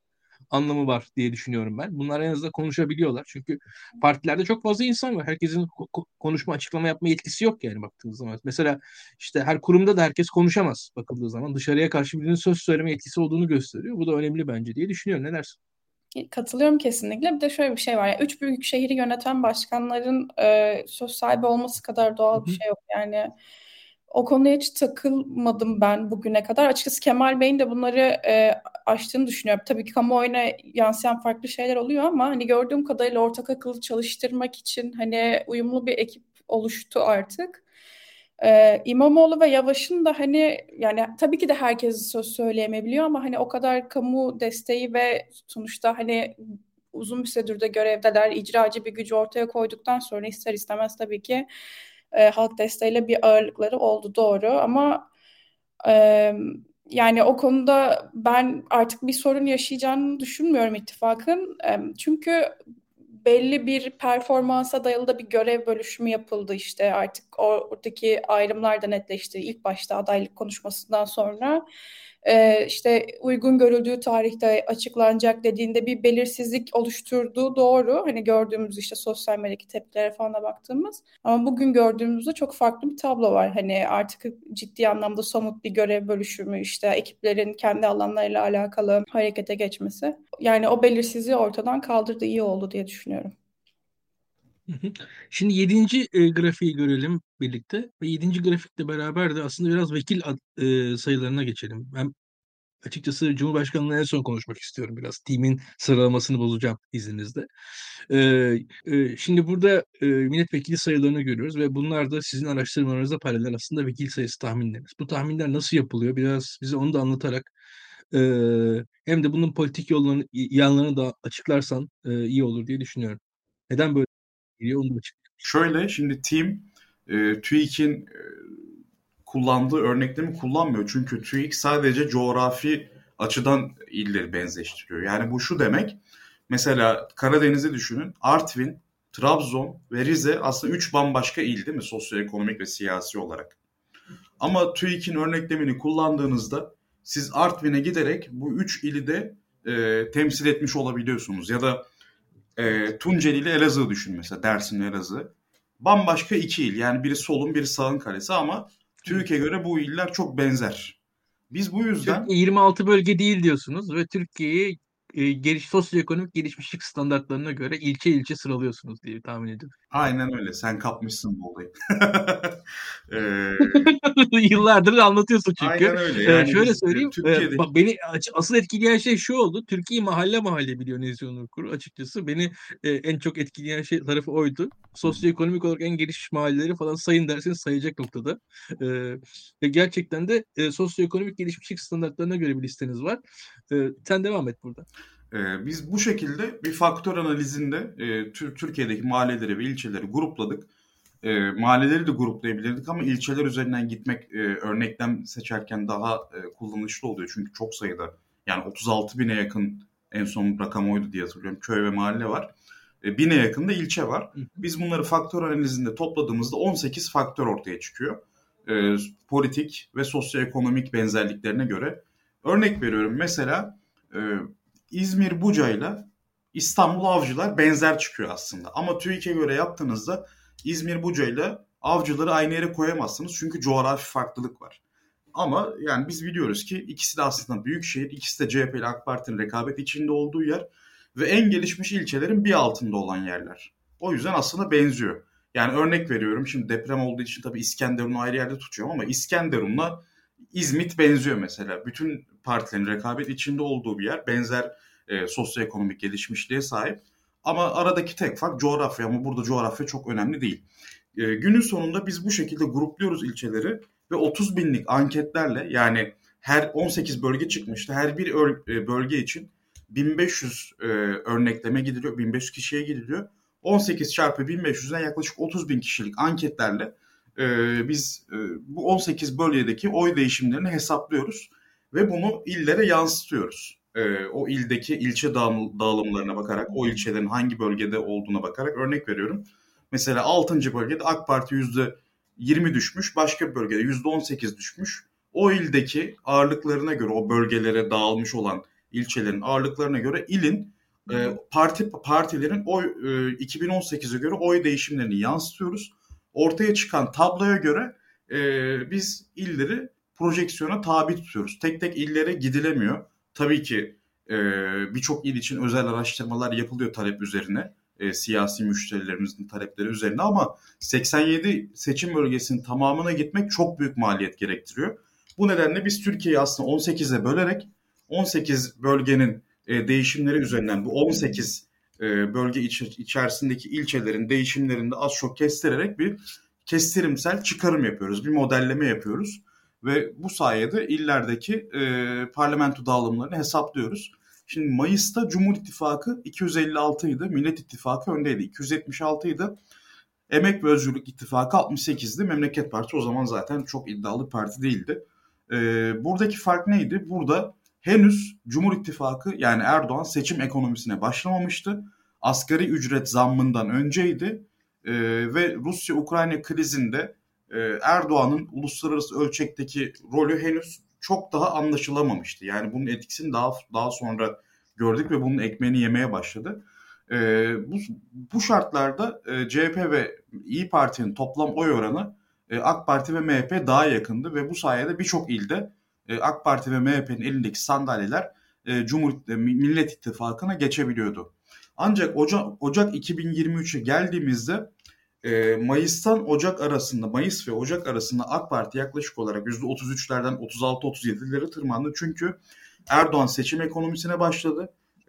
anlamı var diye düşünüyorum ben. Bunlar en azından konuşabiliyorlar. Çünkü partilerde çok fazla insan var. Herkesin ko- konuşma, açıklama yapma yetkisi yok yani baktığınız zaman. Mesela işte her kurumda da herkes konuşamaz bakıldığı zaman. Dışarıya karşı birinin söz söyleme yetkisi olduğunu gösteriyor. Bu da önemli bence diye düşünüyorum. Ne dersin? Katılıyorum kesinlikle. Bir de şöyle bir şey var. Yani üç büyük şehri yöneten başkanların e, söz sahibi olması kadar Hı doğal bir hı. şey yok. Yani o konuya hiç takılmadım ben bugüne kadar. Açıkçası Kemal Bey'in de bunları e, aştığını düşünüyorum. Tabii ki kamuoyuna yansıyan farklı şeyler oluyor ama hani gördüğüm kadarıyla ortak akıllı çalıştırmak için hani uyumlu bir ekip oluştu artık. Ee, İmamoğlu ve Yavaş'ın da hani yani tabii ki de herkes söz söyleyemeyebiliyor ama hani o kadar kamu desteği ve sonuçta hani uzun bir süredir de görevdeler, icracı bir gücü ortaya koyduktan sonra ister istemez tabii ki e, halk desteğiyle bir ağırlıkları oldu, doğru ama e, yani o konuda ben artık bir sorun yaşayacağını düşünmüyorum ittifakın. E, çünkü belli bir performansa dayalı da bir görev bölüşümü yapıldı işte artık oradaki ayrımlar da netleşti ilk başta adaylık konuşmasından sonra. Ee, işte uygun görüldüğü tarihte açıklanacak dediğinde bir belirsizlik oluşturduğu doğru. Hani gördüğümüz işte sosyal medyadaki tepkilere falan baktığımız. Ama bugün gördüğümüzde çok farklı bir tablo var. Hani artık ciddi anlamda somut bir görev bölüşümü işte ekiplerin kendi alanlarıyla alakalı harekete geçmesi. Yani o belirsizliği ortadan kaldırdı, iyi oldu diye düşünüyorum. Hı hı. Şimdi yedinci e, grafiği görelim birlikte. Ve yedinci grafikle beraber de aslında biraz vekil ad- e, sayılarına geçelim. Ben açıkçası Cumhurbaşkanı'na en son konuşmak istiyorum biraz. Timin sıralamasını bozacağım izninizle. Ee, e, şimdi burada e, milletvekili sayılarını görüyoruz ve bunlar da sizin araştırmalarınızla paralel aslında vekil sayısı tahminleriniz. Bu tahminler nasıl yapılıyor? Biraz bize onu da anlatarak e, hem de bunun politik yollarını, yanlarını da açıklarsan e, iyi olur diye düşünüyorum. Neden böyle geliyor onu da açık. Şöyle şimdi team e, TÜİK'in e, kullandığı örneklemi kullanmıyor. Çünkü TÜİK sadece coğrafi açıdan illeri benzeştiriyor. Yani bu şu demek. Mesela Karadeniz'i düşünün. Artvin, Trabzon ve Rize aslında üç bambaşka il değil mi? Sosyoekonomik ve siyasi olarak. Ama TÜİK'in örneklemini kullandığınızda siz Artvin'e giderek bu üç ili de e, temsil etmiş olabiliyorsunuz. Ya da e, Tunceli ile Elazığ düşün mesela. Dersim Elazığ. Bambaşka iki il. Yani biri solun biri sağın kalesi ama TÜİK'e göre bu iller çok benzer. Biz bu yüzden Türkiye yirmi altı bölge değil diyorsunuz ve Türkiye'yi e, geliş, sosyoekonomik gelişmişlik standartlarına göre ilçe ilçe sıralıyorsunuz diye tahmin ediyorum. aynen öyle. Sen kapmışsın bu olayı. Ee, Yıllardır anlatıyorsun çünkü. aynen öyle. Ee, Yani şöyle biz e, söyleyeyim. e, Türkiye'deki bak beni açı- asıl etkileyen şey şu oldu. Türkiye'yi mahalle mahalle biliyor Nezih Onur açıkçası. Beni e, en çok etkileyen şey tarafı oydu. Sosyoekonomik olarak en gelişmiş mahalleleri falan sayın derseniz sayacak noktada. E, Ve gerçekten de e, sosyoekonomik gelişmişlik standartlarına göre bir listeniz var. E, sen devam et burada. Ee, biz bu şekilde bir faktör analizinde e, Tür- Türkiye'deki mahalleleri ve ilçeleri grupladık. E, mahalleleri de gruplayabilirdik ama ilçeler üzerinden gitmek e, örneklem seçerken daha e, kullanışlı oluyor. Çünkü çok sayıda yani otuz altı bine yakın en son rakam oydu diye hatırlıyorum. Köy ve mahalle var. E, bine yakın da ilçe var. Hı hı. Biz bunları faktör analizinde topladığımızda on sekiz faktör ortaya çıkıyor. E, politik ve sosyoekonomik benzerliklerine göre. Örnek veriyorum mesela e, İzmir Buca'yla İstanbul Avcılar benzer çıkıyor aslında. Ama TÜİK'e göre yaptığınızda İzmir Buca'yla Avcıları aynı yere koyamazsınız çünkü coğrafi farklılık var. Ama yani biz biliyoruz ki ikisi de aslında büyük şehir, ikisi de C H P ile AK Parti'nin rekabet içinde olduğu yer ve en gelişmiş ilçelerin bir altında olan yerler. O yüzden aslında benziyor. Yani örnek veriyorum şimdi deprem olduğu için tabii İskenderun'u ayrı yerde tutuyorum ama İskenderun'la İzmit benziyor mesela. Bütün partilerin rekabet içinde olduğu bir yer. Benzer e, sosyoekonomik gelişmişliğe sahip. Ama aradaki tek fark coğrafya ama burada coğrafya çok önemli değil. E, günün sonunda biz bu şekilde grupluyoruz ilçeleri ve otuz binlik anketlerle yani her on sekiz bölge çıkmıştı. Her bir bölge için bin beş yüz e, örnekleme gidiliyor. bin beş yüz kişiye gidiliyor. on sekiz çarpı bin beş yüzden yaklaşık otuz bin kişilik anketlerle e, biz e, bu on sekiz bölgedeki oy değişimlerini hesaplıyoruz ve bunu illere yansıtıyoruz. E, o ildeki ilçe dağım, dağılımlarına bakarak, o ilçelerin hangi bölgede olduğuna bakarak örnek veriyorum. Mesela altıncı bölgede AK Parti yüzde yirmi düşmüş, başka bir bölgede yüzde on sekiz düşmüş. O ildeki ağırlıklarına göre o bölgelere dağılmış olan ilçelerin ağırlıklarına göre ilin e, parti partilerin oy e, iki bin on sekize göre oy değişimlerini yansıtıyoruz. Ortaya çıkan tabloya göre e, biz illeri projeksiyona tabi tutuyoruz. Tek tek illere gidilemiyor. Tabii ki e, birçok il için özel araştırmalar yapılıyor talep üzerine. E, siyasi müşterilerimizin talepleri üzerine ama seksen yedi seçim bölgesinin tamamına gitmek çok büyük maliyet gerektiriyor. Bu nedenle biz Türkiye'yi aslında on sekize bölerek on sekiz bölgenin e, değişimleri üzerinden bu on sekiz e, bölge iç, içerisindeki ilçelerin değişimlerini de az çok kestirerek bir kestirimsel çıkarım yapıyoruz. Bir modelleme yapıyoruz ve bu sayede illerdeki e, parlamento dağılımlarını hesaplıyoruz. Şimdi Mayıs'ta Cumhur İttifakı iki yüz elli altı idi, Millet İttifakı öndeydi iki yüz yetmiş altı idi. Emek ve Özgürlük İttifakı altmış sekizdi. Memleket Partisi o zaman zaten çok iddialı bir parti değildi. Ee, buradaki fark neydi? Burada henüz Cumhur İttifakı yani Erdoğan seçim ekonomisine başlamamıştı. Asgari ücret zammından önceydi. Ee, ve Rusya-Ukrayna krizinde e, Erdoğan'ın uluslararası ölçekteki rolü henüz çok daha anlaşılamamıştı. Yani bunun etkisini daha daha sonra gördük ve bunun ekmeğini yemeye başladı. Ee, bu, bu şartlarda e, C H P ve İyi Parti'nin toplam oy oranı e, AK Parti ve M H P daha yakındı ve bu sayede birçok ilde e, AK Parti ve M H P'nin elindeki sandalyeler e, Cumhur e, Millet İttifakı'na geçebiliyordu. Ancak Ocak, Ocak iki bin yirmi üçe geldiğimizde e, Mayıs'tan Ocak arasında, Mayıs ve Ocak arasında AK Parti yaklaşık olarak yüzde otuz üçlerden otuz altı otuz yedilere tırmandı. Çünkü Erdoğan seçim ekonomisine başladı.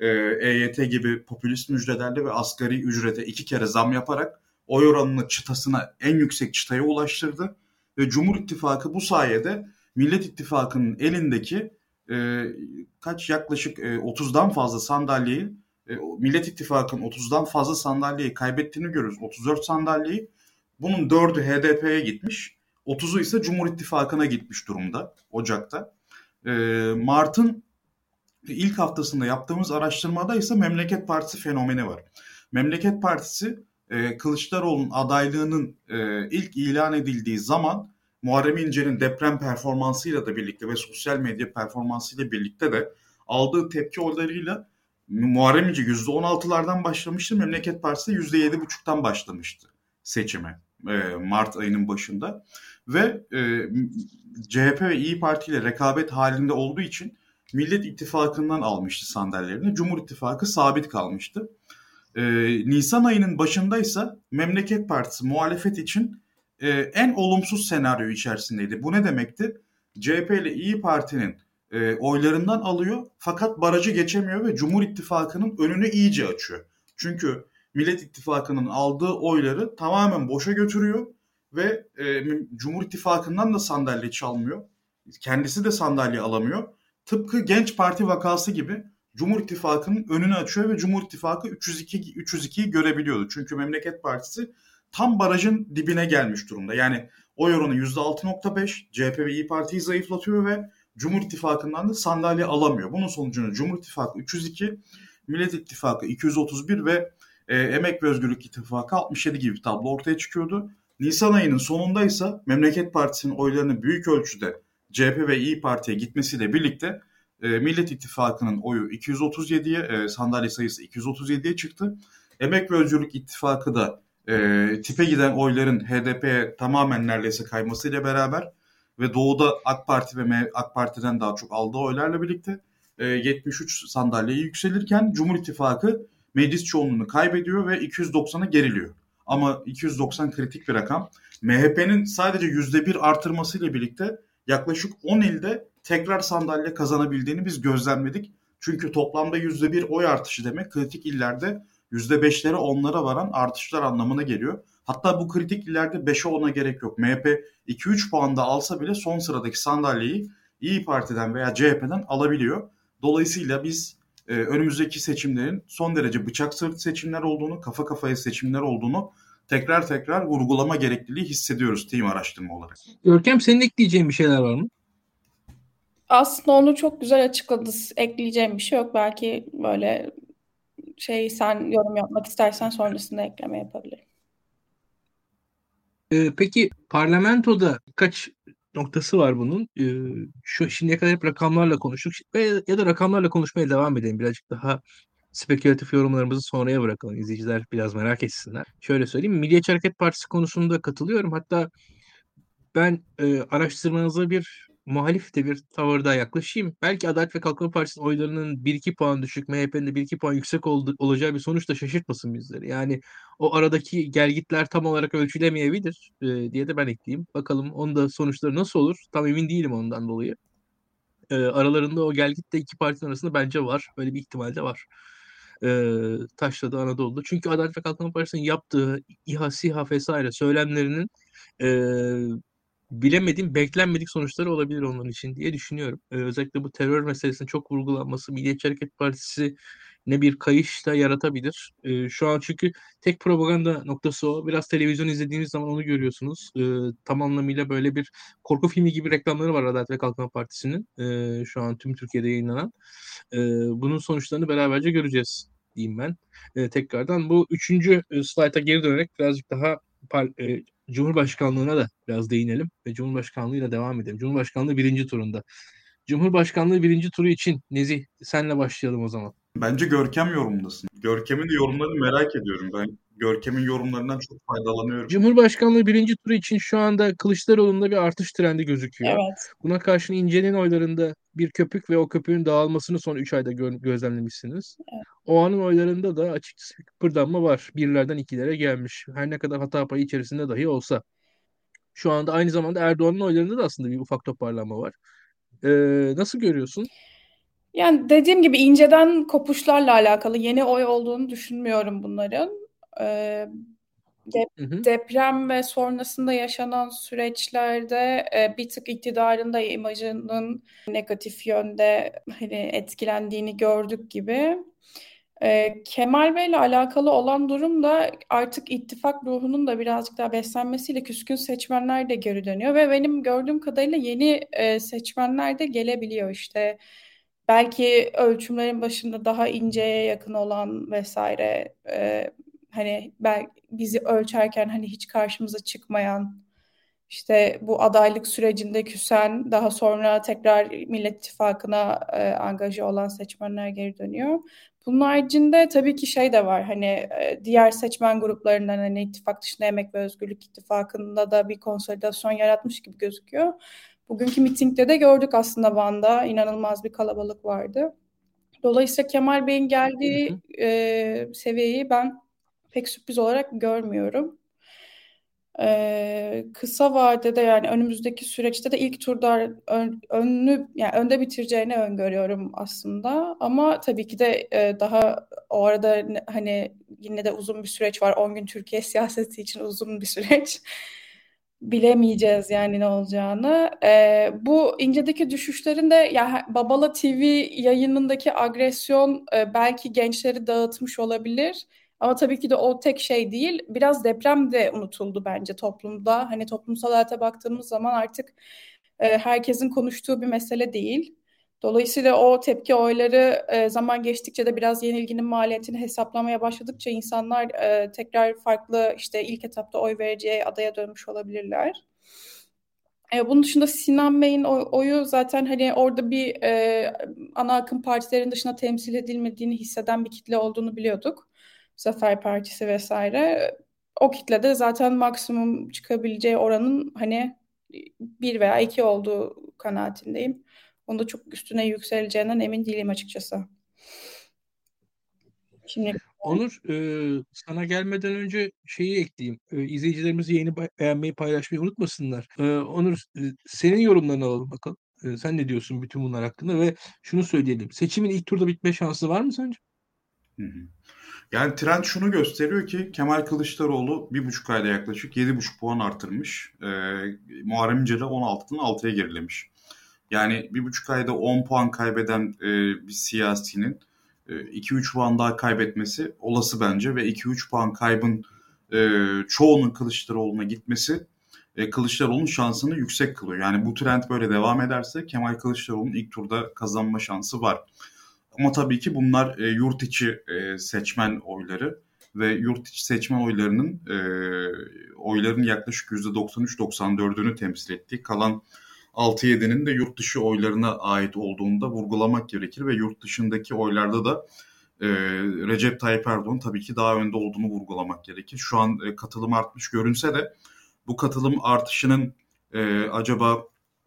E Y T gibi popülist müjdelerle ve asgari ücrete iki kere zam yaparak oy oranını çıtasına en yüksek çıtaya ulaştırdı. Ve Cumhur İttifakı bu sayede Millet İttifakı'nın elindeki e, kaç yaklaşık e, otuzdan fazla sandalyeyi e, Millet İttifakı'nın otuzdan fazla sandalyeyi kaybettiğini görüyoruz. otuz dört sandalyeyi. Bunun dördü H D P'ye gitmiş. otuzu ise Cumhur İttifakı'na gitmiş durumda Ocak'ta. E, Mart'ın İlk haftasında yaptığımız araştırmada ise Memleket Partisi fenomeni var. Memleket Partisi e, Kılıçdaroğlu'nun adaylığının e, ilk ilan edildiği zaman Muharrem İnce'nin deprem performansıyla da birlikte ve sosyal medya performansıyla birlikte de aldığı tepki oylarıyla Muharrem İnce yüzde on altılardan başlamıştı. Memleket Partisi yüzde yedi buçuktan başlamıştı seçime e, Mart ayının başında. Ve e, C H P ve İyi Parti ile rekabet halinde olduğu için Millet İttifakı'ndan almıştı sandalyelerini. Cumhur İttifakı sabit kalmıştı. Ee, Nisan ayının başındaysa Memleket Partisi muhalefet için e, en olumsuz senaryo içerisindeydi. Bu ne demekti? C H P ile İyi Parti'nin e, oylarından alıyor fakat barajı geçemiyor ve Cumhur İttifakı'nın önünü iyice açıyor. Çünkü Millet İttifakı'nın aldığı oyları tamamen boşa götürüyor ve e, Cumhur İttifakı'ndan da sandalye çalmıyor. Kendisi de sandalye alamıyor. Tıpkı Genç Parti vakası gibi Cumhur İttifakı'nın önünü açıyor ve Cumhur İttifakı üç yüz iki üç yüz ikiyi görebiliyordu. Çünkü Memleket Partisi tam barajın dibine gelmiş durumda. Yani oy oranı yüzde altı nokta beş, C H P ve İyi Parti'yi zayıflatıyor ve Cumhur İttifakı'ndan da sandalye alamıyor. Bunun sonucunda Cumhur İttifakı üç yüz iki, Millet İttifakı iki yüz otuz bir ve e, Emek ve Özgürlük İttifakı altmış yedi gibi bir tablo ortaya çıkıyordu. Nisan ayının sonundaysa Memleket Partisi'nin oylarını büyük ölçüde C H P ve İyi Parti'ye gitmesiyle birlikte e, Millet İttifakı'nın oyu iki yüz otuz yediye, e, sandalye sayısı iki yüz otuz yediye çıktı. Emek ve Özgürlük İttifakı da e, tipe giden oyların H D P'ye tamamen neredeyse kaymasıyla beraber ve doğuda AK Parti ve AK Parti'den daha çok aldığı oylarla birlikte e, yetmiş üç sandalyeye yükselirken Cumhur İttifakı meclis çoğunluğunu kaybediyor ve iki yüz doksana geriliyor. Ama iki yüz doksan kritik bir rakam. M H P'nin sadece yüzde bir artırmasıyla birlikte yaklaşık on ilde tekrar sandalye kazanabildiğini biz gözlemledik. Çünkü toplamda yüzde bir oy artışı demek kritik illerde yüzde beşlere onlara varan artışlar anlamına geliyor. Hatta bu kritik illerde beşe ona gerek yok. M H P iki üç puan da alsa bile son sıradaki sandalyeyi İyi Parti'den veya C H P'den alabiliyor. Dolayısıyla biz e, önümüzdeki seçimlerin son derece bıçak sırtı seçimler olduğunu, kafa kafaya seçimler olduğunu tekrar tekrar vurgulama gerekliliği hissediyoruz team araştırma olarak. Görkem, senin ekleyeceğin bir şeyler var mı? Aslında onu çok güzel açıkladı. Ekleyeceğim bir şey yok. Belki böyle şey sen yorum yapmak istersen sonrasında ekleme yapabilirim. Ee, peki parlamentoda kaç noktası var bunun. Ee, şu şimdiye kadar hep rakamlarla konuştuk ve ya da rakamlarla konuşmaya devam edelim. Birazcık daha spekülatif yorumlarımızı sonraya bırakalım. İzleyiciler biraz merak etsinler. Şöyle söyleyeyim. Milliyetçi Hareket Partisi konusunda katılıyorum. Hatta ben e, araştırmanıza bir muhalif de bir tavırda yaklaşayım. Belki Adalet ve Kalkınma Partisi'nin oylarının bir iki puan düşük, M H P'nin de bir iki puan yüksek oldu, olacağı bir sonuç da şaşırtmasın bizleri. Yani o aradaki gelgitler tam olarak ölçülemeyebilir e, diye de ben ekleyeyim. Bakalım onun da sonuçları nasıl olur? Tam emin değilim ondan dolayı. E, aralarında o gelgit de iki partinin arasında bence var. Böyle bir ihtimal de var. E, Taşra'da Anadolu'da. Çünkü Adalet ve Kalkınma Partisi'nin yaptığı İHA, SİHA vesaire söylemlerinin e, bilemediğim, beklenmedik sonuçları olabilir onun için diye düşünüyorum. Ee, özellikle bu terör meselesinin çok vurgulanması Milliyetçi Hareket Partisi ne bir kayış da yaratabilir. Ee, şu an çünkü tek propaganda noktası o. Biraz televizyon izlediğiniz zaman onu görüyorsunuz. Ee, tam anlamıyla böyle bir korku filmi gibi reklamları var Adalet ve Kalkınma Partisi'nin. Ee, şu an tüm Türkiye'de yayınlanan. Ee, bunun sonuçlarını beraberce göreceğiz diyeyim ben. Ee, tekrardan bu üçüncü e, slayta geri dönerek birazcık daha par- e, Cumhurbaşkanlığına da biraz değinelim ve Cumhurbaşkanlığıyla devam edelim. Cumhurbaşkanlığı birinci turunda. Cumhurbaşkanlığı birinci turu için Nezih senle başlayalım o zaman. Bence Görkem yorumdasın. Görkem'in yorumlarını merak ediyorum. Ben Görkem'in yorumlarından çok faydalanıyorum. Cumhurbaşkanlığı birinci turu için şu anda Kılıçdaroğlu'nda bir artış trendi gözüküyor. Evet. Buna karşın İnce'nin oylarında bir köpük ve o köpüğün dağılmasını son üç ayda gö- gözlemlemişsiniz. O anın oylarında da açıkçası bir kıpırdanma var. Birlerden ikilere gelmiş. Her ne kadar hata payı içerisinde dahi olsa. Şu anda aynı zamanda Erdoğan'ın oylarında da aslında bir ufak toparlanma var. Ee, nasıl görüyorsun? Yani dediğim gibi inceden kopuşlarla alakalı yeni oy olduğunu düşünmüyorum bunların. Ee, dep- Hı hı. Deprem ve sonrasında yaşanan süreçlerde e, bir tık iktidarın da imajının negatif yönde hani etkilendiğini gördük gibi. Ee, Kemal Bey'le alakalı olan durum da artık ittifak ruhunun da birazcık daha beslenmesiyle küskün seçmenler de geri dönüyor ve benim gördüğüm kadarıyla yeni e, seçmenler de gelebiliyor işte. Belki ölçümlerin başında daha inceye yakın olan vesaire e, hani belki bizi ölçerken hani hiç karşımıza çıkmayan işte bu adaylık sürecinde küsen daha sonra tekrar Millet İttifakı'na e, angaje olan seçmenler geri dönüyor. Bunun haricinde tabii ki şey de var hani e, diğer seçmen gruplarından hani ittifak dışında Emek ve Özgürlük İttifakı'nda da bir konsolidasyon yaratmış gibi gözüküyor. Bugünkü mitingde de gördük aslında Van'da inanılmaz bir kalabalık vardı. Dolayısıyla Kemal Bey'in Hı geldiği hı. e, seviyeyi ben pek sürpriz olarak görmüyorum. Ee, kısa vadede yani önümüzdeki süreçte de ilk turda ön, önlü yani önde bitireceğini öngörüyorum aslında. Ama tabii ki de e, daha o arada ne- hani yine de uzun bir süreç var. On gün Türkiye siyaseti için uzun bir süreç. Bilemeyeceğiz yani ne olacağını. Ee, bu İnce'deki düşüşlerin de ya Babala T V yayınındaki agresyon e, belki gençleri dağıtmış olabilir. Ama tabii ki de o tek şey değil. Biraz deprem de unutuldu bence toplumda. Hani toplumsal hayata baktığımız zaman artık e, herkesin konuştuğu bir mesele değil. Dolayısıyla o tepki oyları e, zaman geçtikçe de biraz yenilginin maliyetini hesaplamaya başladıkça insanlar e, tekrar farklı işte ilk etapta oy vereceği adaya dönmüş olabilirler. E, bunun dışında Sinan Bey'in oy- oyu zaten hani orada bir e, ana akım partilerin dışında temsil edilmediğini hisseden bir kitle olduğunu biliyorduk. Zafer Partisi vesaire. O kitlede zaten maksimum çıkabileceği oranın hani bir veya iki olduğu kanaatindeyim. Onda çok üstüne yükseleceğinden emin değilim açıkçası. Şimdi Onur, e, sana gelmeden önce şeyi ekleyeyim. E, izleyicilerimiz yayını be- beğenmeyi, paylaşmayı unutmasınlar. E, Onur, e, senin yorumlarını alalım bakalım. E, sen ne diyorsun bütün bunlar hakkında ve şunu söyleyelim. Seçimin ilk turda bitme şansı var mı sence? Hı hı. Yani trend şunu gösteriyor ki Kemal Kılıçdaroğlu bir buçuk ayda yaklaşık yedi buçuk puan artırmış. Ee, Muharrem İnce de on altıdan altıya gerilemiş. Yani bir buçuk ayda on puan kaybeden e, bir siyasinin e, iki üç puan daha kaybetmesi olası bence ve iki üç puan kaybın e, çoğunun Kılıçdaroğlu'na gitmesi e, Kılıçdaroğlu'nun şansını yüksek kılıyor. Yani bu trend böyle devam ederse Kemal Kılıçdaroğlu'nun ilk turda kazanma şansı var. Ama tabii ki bunlar e, yurt içi e, seçmen oyları ve yurt içi seçmen oylarının e, oyların yaklaşık yüzde doksan üç doksan dördünü temsil ettiği kalan altı yedinin de yurt dışı oylarına ait olduğunu da vurgulamak gerekir ve yurt dışındaki oylarda da e, Recep Tayyip Erdoğan tabii ki daha önde olduğunu vurgulamak gerekir. Şu an e, katılım artmış görünse de bu katılım artışının e, acaba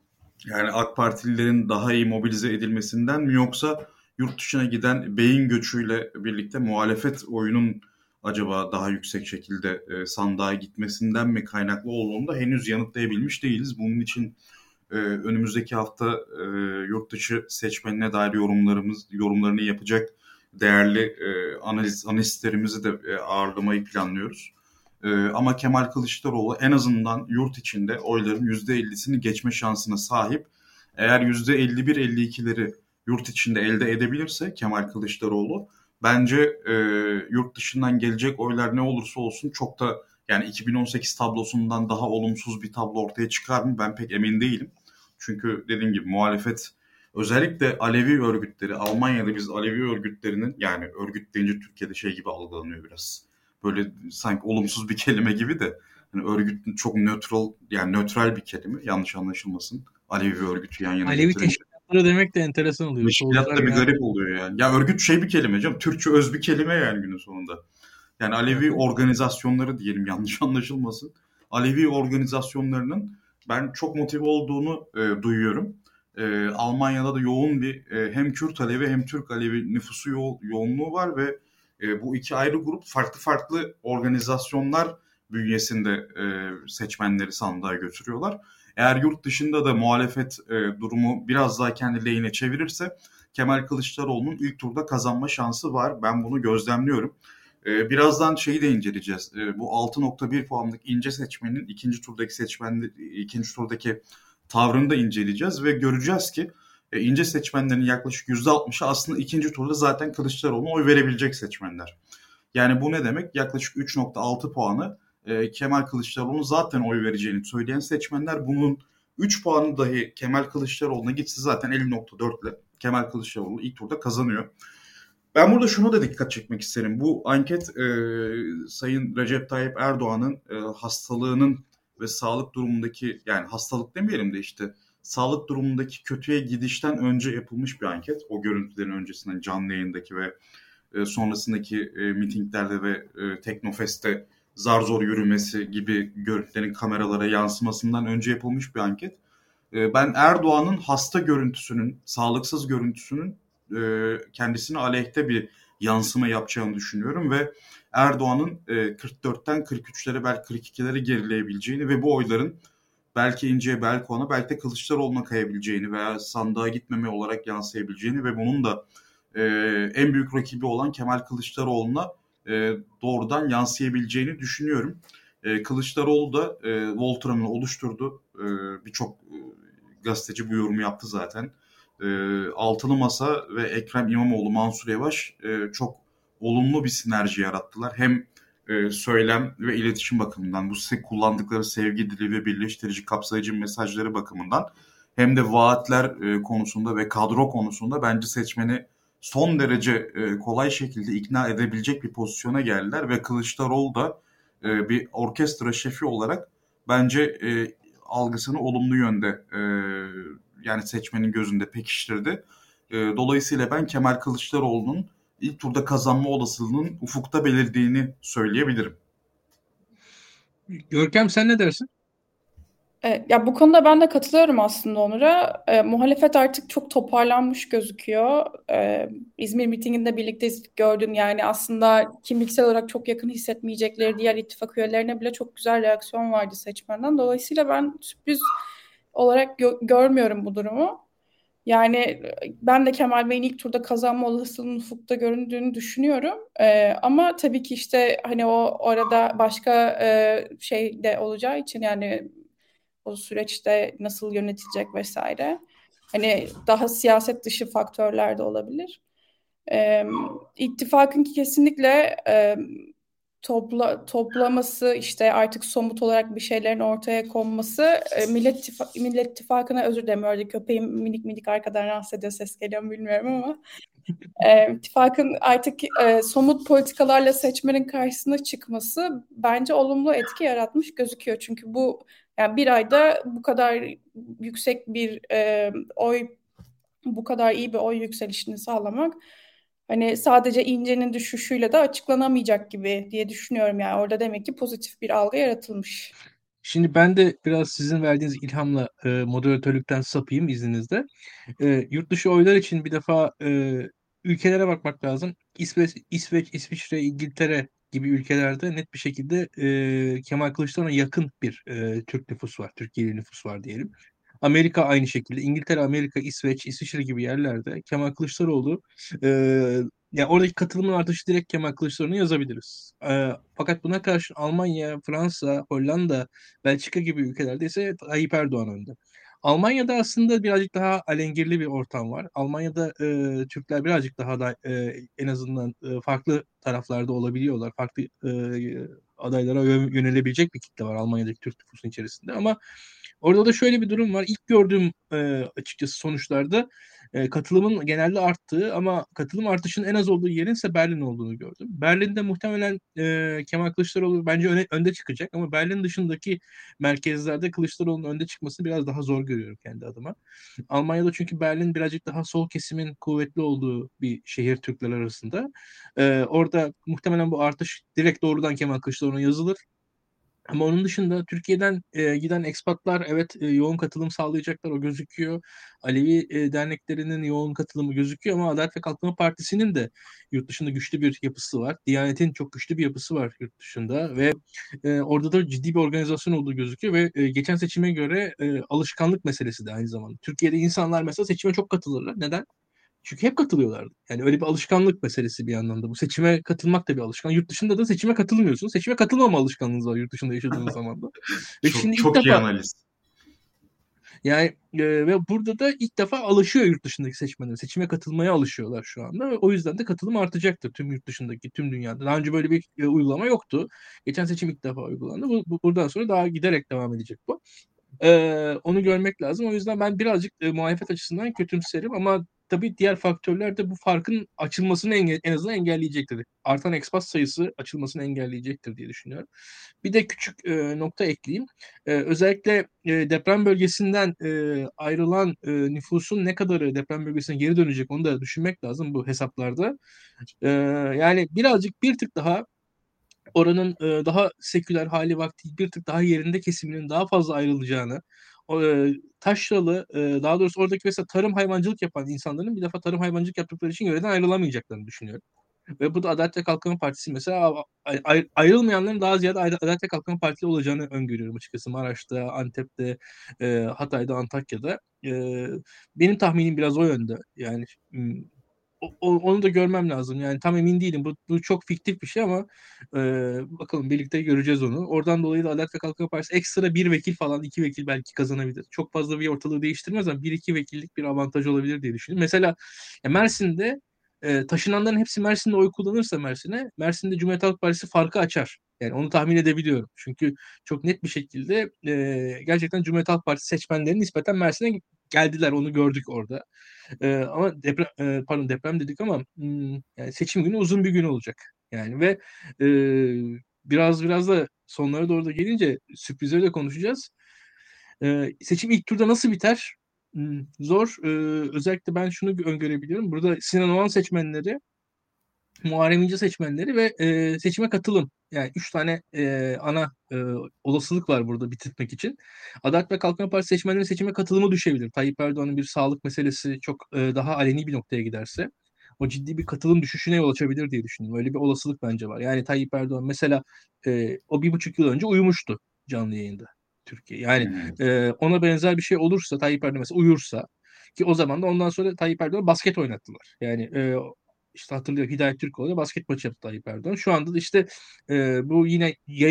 yani AK Partililerin daha iyi mobilize edilmesinden mi yoksa yurt dışına giden beyin göçüyle birlikte muhalefet oyunun acaba daha yüksek şekilde e, sandığa gitmesinden mi kaynaklı olduğunu da henüz yanıtlayabilmiş değiliz. Bunun için e, önümüzdeki hafta e, yurt dışı seçmenine dair yorumlarımız yorumlarını yapacak değerli e, analiz analistlerimizi de e, ağırlamayı planlıyoruz. E, ama Kemal Kılıçdaroğlu en azından yurt içinde oyların yüzde ellisini geçme şansına sahip. Eğer yüzde elli bir elli ikileri yurt içinde elde edebilirse Kemal Kılıçdaroğlu bence e, yurt dışından gelecek oylar ne olursa olsun çok da yani iki bin on sekiz tablosundan daha olumsuz bir tablo ortaya çıkar mı ben pek emin değilim. Çünkü dediğim gibi muhalefet özellikle Alevi örgütleri, Almanya'da biz Alevi örgütlerinin yani örgüt deyince Türkiye'de şey gibi algılanıyor biraz. Böyle sanki olumsuz bir kelime gibi de yani örgüt çok nötral yani nötral bir kelime yanlış anlaşılmasın. Alevi örgütü yan yana Alevi getirince. teşkilatları demek de enteresan oluyor. Teşkilat Solcular da bir genelde garip oluyor yani. Ya örgüt şey bir kelime canım. Türkçe öz bir kelime yani günün sonunda. Yani Alevi organizasyonları diyelim yanlış anlaşılmasın. Alevi organizasyonlarının ben çok motive olduğunu e, duyuyorum. E, Almanya'da da yoğun bir e, hem Kürt Alevi hem Türk Alevi nüfusu yo- yoğunluğu var ve e, bu iki ayrı grup farklı farklı organizasyonlar bünyesinde e, seçmenleri sandığa götürüyorlar. Eğer yurt dışında da muhalefet e, durumu biraz daha kendi lehine çevirirse Kemal Kılıçdaroğlu'nun ilk turda kazanma şansı var. Ben bunu gözlemliyorum. E, birazdan şeyi de inceleyeceğiz. E, bu altı nokta bir puanlık ince seçmenin ikinci turdaki seçmen ikinci turdaki tavrını da inceleyeceğiz ve göreceğiz ki e, ince seçmenlerin yaklaşık yüzde altmışı aslında ikinci turda zaten Kılıçdaroğlu'na oy verebilecek seçmenler. Yani bu ne demek? Yaklaşık üç nokta altı puanı e, Kemal Kılıçdaroğlu'nun zaten oy vereceğini söyleyen seçmenler bunun üç puanı dahi Kemal Kılıçdaroğlu'na gitse zaten elli nokta dört ile Kemal Kılıçdaroğlu ilk turda kazanıyor. Ben burada şunu da dikkat çekmek isterim. Bu anket e, Sayın Recep Tayyip Erdoğan'ın e, hastalığının ve sağlık durumundaki yani hastalık demeyelim de işte sağlık durumundaki kötüye gidişten önce yapılmış bir anket. O görüntülerin öncesinden canlı yayındaki ve e, sonrasındaki e, mitinglerde ve e, Teknofest'te zar zor yürümesi gibi görüntülerin kameralara yansımasından önce yapılmış bir anket. E, ben Erdoğan'ın hasta görüntüsünün, sağlıksız görüntüsünün e, kendisine aleyhte bir yansıma yapacağını düşünüyorum ve Erdoğan'ın e, kırk dörtten kırk üçlere belki kırk ikilere gerileyebileceğini ve bu oyların belki İnce'ye, belki ona, belki de Kılıçdaroğlu'na kayabileceğini veya sandığa gitmeme olarak yansıyabileceğini ve bunun da e, en büyük rakibi olan Kemal Kılıçdaroğlu'na e, doğrudan yansıyabileceğini düşünüyorum. E, Kılıçdaroğlu da e, Voltram'ını oluşturdu. E, Birçok e, gazeteci bu yorumu yaptı zaten. E, Altılı Masa ve Ekrem İmamoğlu, Mansur Yavaş e, çok olumlu bir sinerji yarattılar. Hem e, söylem ve iletişim bakımından, bu kullandıkları sevgi dili ve birleştirici, kapsayıcı mesajları bakımından hem de vaatler e, konusunda ve kadro konusunda bence seçmeni son derece e, kolay şekilde ikna edebilecek bir pozisyona geldiler ve Kılıçdaroğlu da e, bir orkestra şefi olarak bence e, algısını olumlu yönde e, yani seçmenin gözünde pekiştirdi. E, dolayısıyla ben Kemal Kılıçdaroğlu'nun ilk turda kazanma olasılığının ufukta belirdiğini söyleyebilirim. Görkem sen ne dersin? E, ya bu konuda ben de katılıyorum aslında Onur'a. E, muhalefet artık çok toparlanmış gözüküyor. E, İzmir mitinginde birlikte gördün yani aslında kimliksel olarak çok yakın hissetmeyecekleri diğer ittifak üyelerine bile çok güzel reaksiyon vardı seçmenden. Dolayısıyla ben sürpriz olarak gö- görmüyorum bu durumu. Yani e, ben de Kemal Bey'in ilk turda kazanma olasılığının ufukta göründüğünü düşünüyorum. E, ama tabii ki işte hani o orada başka e, şey de olacağı için yani o süreçte nasıl yönetilecek vesaire. Hani daha siyaset dışı faktörler de olabilir. E, ittifakın kesinlikle e, topla, toplaması, işte artık somut olarak bir şeylerin ortaya konması, e, Millet, İttifa- Millet İttifakı'na, özür dilerim, orada köpeğim minik minik arkadan rahatsız ediyor, ses geliyor mu bilmiyorum ama e, ittifakın artık e, somut politikalarla seçmenin karşısına çıkması bence olumlu etki yaratmış gözüküyor. Çünkü bu, yani bir ayda bu kadar yüksek bir e, oy, bu kadar iyi bir oy yükselişini sağlamak hani sadece İnce'nin düşüşüyle de açıklanamayacak gibi diye düşünüyorum. Yani orada demek ki pozitif bir algı yaratılmış. Şimdi ben de biraz sizin verdiğiniz ilhamla e, moderatörlükten sapayım izninizle. E, yurt dışı oylar için bir defa e, ülkelere bakmak lazım. İsveç, İsveç, İsviçre, İngiltere gibi ülkelerde net bir şekilde e, Kemal Kılıçdaroğlu'na yakın bir e, Türk nüfus var, Türkiye'li nüfus var diyelim. Amerika aynı şekilde. İngiltere, Amerika, İsveç, İsviçre gibi yerlerde Kemal Kılıçdaroğlu, e, yani oradaki katılımın artışı direkt Kemal Kılıçdaroğlu'na yazabiliriz. E, fakat buna karşı Almanya, Fransa, Hollanda, Belçika gibi ülkelerde ise Tayyip Erdoğan önde. Almanya'da aslında birazcık daha alengirli bir ortam var. Almanya'da e, Türkler birazcık daha da e, en azından e, farklı taraflarda olabiliyorlar. Farklı e, adaylara yö- yönelebilecek bir kitle var Almanya'daki Türk nüfusunun içerisinde. Ama orada da şöyle bir durum var. İlk gördüğüm e, açıkçası sonuçlarda e, katılımın genelde arttığı ama katılım artışının en az olduğu yerin ise Berlin olduğunu gördüm. Berlin'de muhtemelen e, Kemal Kılıçdaroğlu bence öne, önde çıkacak ama Berlin dışındaki merkezlerde Kılıçdaroğlu'nun önde çıkmasını biraz daha zor görüyorum kendi adıma. Almanya'da çünkü Berlin birazcık daha sol kesimin kuvvetli olduğu bir şehir Türkler arasında. E, orada muhtemelen bu artış direkt doğrudan Kemal Kılıçdaroğlu'na yazılır. Ama onun dışında Türkiye'den e, giden ekspatlar evet e, yoğun katılım sağlayacaklar, o gözüküyor. Alevi e, derneklerinin yoğun katılımı gözüküyor ama Adalet ve Kalkınma Partisi'nin de yurt dışında güçlü bir yapısı var. Diyanet'in çok güçlü bir yapısı var yurt dışında ve e, orada da ciddi bir organizasyon olduğu gözüküyor ve e, geçen seçime göre e, alışkanlık meselesi de aynı zamanda. Türkiye'de insanlar mesela seçime çok katılırlar. Neden? Çünkü hep katılıyorlardı. Yani öyle bir alışkanlık meselesi bir yandan da. Bu seçime katılmak da bir alışkan. Yurt dışında da seçime katılmıyorsun. Seçime katılmama alışkanlığınız var yurt dışında yaşadığınız zaman da. Ve Çok şimdi ilk çok iyi defa analiz. yani e, ve burada da ilk defa alışıyor yurt dışındaki seçmenler. Seçime katılmaya alışıyorlar şu anda ve o yüzden de katılım artacaktır tüm yurt dışındaki, tüm dünyada. Daha önce böyle bir e, uygulama yoktu. Geçen seçim ilk defa uygulandı. Bu, bu- buradan sonra daha giderek devam edecek bu. Ee, onu görmek lazım. O yüzden ben birazcık e, muhalefet açısından kötümserim ama tabii diğer faktörler de bu farkın açılmasını enge- en azından engelleyecektir. Artan expat sayısı açılmasını engelleyecektir diye düşünüyorum. Bir de küçük e, nokta ekleyeyim. E, özellikle e, deprem bölgesinden e, ayrılan e, nüfusun ne kadarı deprem bölgesine geri dönecek onu da düşünmek lazım bu hesaplarda. E, yani birazcık bir tık daha oranın e, daha seküler hali vakti bir tık daha yerinde kesiminin daha fazla ayrılacağını, o, e, taşralı, e, daha doğrusu oradaki mesela tarım hayvancılık yapan insanların bir defa tarım hayvancılık yaptıkları için yöreden ayrılamayacaklarını düşünüyorum. Ve bu da Adalet ve Kalkınma Partisi mesela ay- ay- ayrılmayanların daha ziyade Ad- Adalet ve Kalkınma Partili olacağını öngörüyorum açıkçası. Maraş'ta, Antep'te, e, Hatay'da, Antakya'da. E, benim tahminim biraz o yönde. Yani m, o- o- onu da görmem lazım. Yani tam emin değilim. Bu, bu çok fiktif bir şey ama e, bakalım birlikte göreceğiz onu. Oradan dolayı da Adalet ve Kalkınma Partisi ekstra bir vekil falan, iki vekil belki kazanabilir. Çok fazla bir ortalığı değiştirmez ama bir iki vekillik bir avantaj olabilir diye düşünüyorum. Mesela ya Mersin'de e, taşınanların hepsi Mersin'de oy kullanırsa Mersin'e, Mersin'de Cumhuriyet Halk Partisi farkı açar. Yani onu tahmin edebiliyorum. Çünkü çok net bir şekilde e, gerçekten Cumhuriyet Halk Partisi seçmenleri nispeten Mersin'e geldiler. Onu gördük orada. Ee, ama deprem e, pardon deprem dedik ama hmm, yani seçim günü uzun bir gün olacak. Yani ve e, biraz biraz da sonlara doğru da gelince sürprizleri de konuşacağız. Ee, seçim ilk turda nasıl biter? Hmm, zor. Ee, özellikle ben şunu öngörebiliyorum. Burada Sinan Oğan seçmenleri, Muharrem İnce seçmenleri ve e, seçime katılım. Yani üç tane e, ana e, olasılık var burada bitirmek için. Adalet ve Kalkınma Partisi seçmenlerin seçime katılımı düşebilir. Tayyip Erdoğan'ın bir sağlık meselesi çok e, daha aleni bir noktaya giderse o ciddi bir katılım düşüşüne yol açabilir diye düşünüyorum. Öyle bir olasılık bence var. Yani Tayyip Erdoğan mesela e, o bir buçuk yıl önce uyumuştu canlı yayında Türkiye. Hı Yani hı. e, ona benzer bir şey olursa Tayyip Erdoğan mesela uyursa ki o zaman da ondan sonra Tayyip Erdoğan basket oynattılar. Yani e, işte hatırlıyor Hidayet Türkoğlu'yla basket maçı yaptı Tayyip Erdoğan. Şu anda da işte e, bu yine yayın kap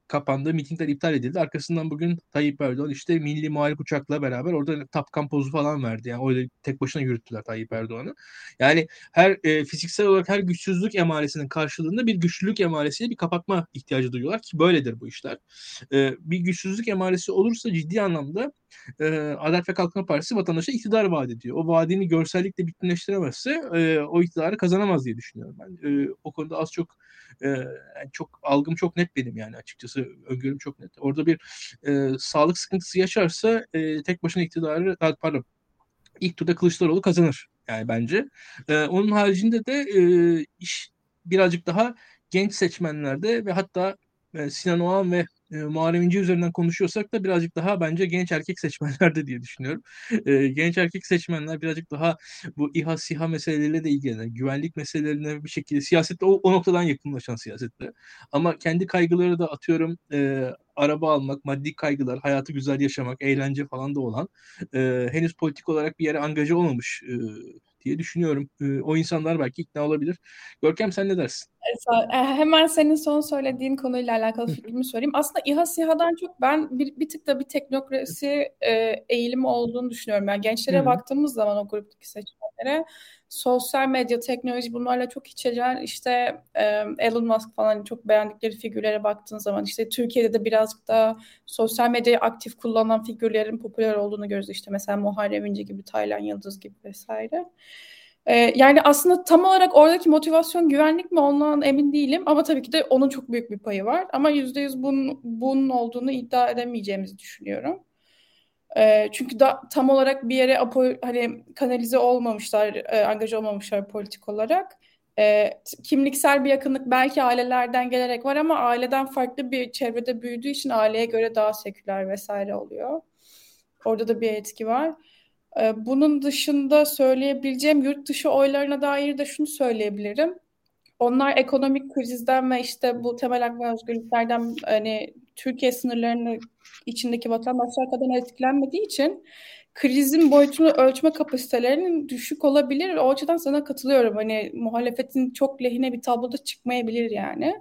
kapandı, mitingler iptal edildi. Arkasından bugün Tayyip Erdoğan işte milli muharip uçakla beraber orada tapkan pozu falan verdi. Yani öyle tek başına yürüttüler Tayyip Erdoğan'ı. Yani her e, fiziksel olarak her güçsüzlük emalesinin karşılığında bir güçlülük emalesiyle bir kapatma ihtiyacı duyuyorlar ki böyledir bu işler. E, bir güçsüzlük emaresi olursa ciddi anlamda e, Adalet ve Kalkınma Partisi vatandaşa iktidar vaat ediyor. O vaadini görsellikle bütünleştiremezse e, o iktidarı kazanamaz diye düşünüyorum ben. E, o konuda az çok e, yani çok algım çok net benim yani açıkçası öngörüm çok net. Orada bir e, sağlık sıkıntısı yaşarsa e, tek başına iktidarı pardon ilk turda Kılıçdaroğlu kazanır yani bence. E, onun haricinde de e, iş birazcık daha genç seçmenlerde ve hatta e, Sinan Oğan ve e, Muharrem İnce üzerinden konuşuyorsak da birazcık daha bence genç erkek seçmenlerde diye düşünüyorum. E, genç erkek seçmenler birazcık daha bu İHA SİHA meseleleriyle de ilgilenen, güvenlik meselelerine bir şekilde siyasette o, o noktadan yakınlaşan siyasette. Ama kendi kaygıları da atıyorum e, araba almak, maddi kaygılar, hayatı güzel yaşamak, eğlence falan da olan e, henüz politik olarak bir yere angaja olmamış e, diye düşünüyorum. E, o insanlar belki ikna olabilir. Görkem sen ne dersin? Sa- e, Hemen senin son söylediğin konuyla alakalı fikrimi söyleyeyim. Aslında İHA SİHA'dan çok ben bir, bir tık da bir teknokrasi e, eğilimi olduğunu düşünüyorum. Yani gençlere Hı-hı. baktığımız zaman o gruptaki seçmenlere sosyal medya, teknoloji bunlarla çok içeren işte e, Elon Musk falan çok beğendikleri figürlere baktığın zaman işte Türkiye'de de birazcık daha sosyal medyayı aktif kullanan figürlerin popüler olduğunu görüyoruz. İşte mesela Muharrem İnce gibi, Taylan Yıldız gibi vesaire. Ee, yani aslında tam olarak oradaki motivasyon güvenlik mi ondan emin değilim ama tabii ki de onun çok büyük bir payı var. Ama yüzde yüz bunun, bunun olduğunu iddia edemeyeceğimizi düşünüyorum. Ee, çünkü da, tam olarak bir yere apo, hani kanalize olmamışlar, e, angaja olmamışlar politik olarak. Ee, kimliksel bir yakınlık belki ailelerden gelerek var ama aileden farklı bir çevrede büyüdüğü için aileye göre daha seküler vesaire oluyor. Orada da bir etki var. Ee, Bunun dışında söyleyebileceğim yurt dışı oylarına dair de şunu söyleyebilirim. Onlar ekonomik krizden ve işte bu temel hak ve özgürlüklerden hani Türkiye sınırlarının içindeki vatandaşlar kadar etkilenmediği için krizin boyutunu ölçme kapasitelerinin düşük olabilir. O açıdan sana katılıyorum. Hani muhalefetin çok lehine bir tabloda çıkmayabilir yani.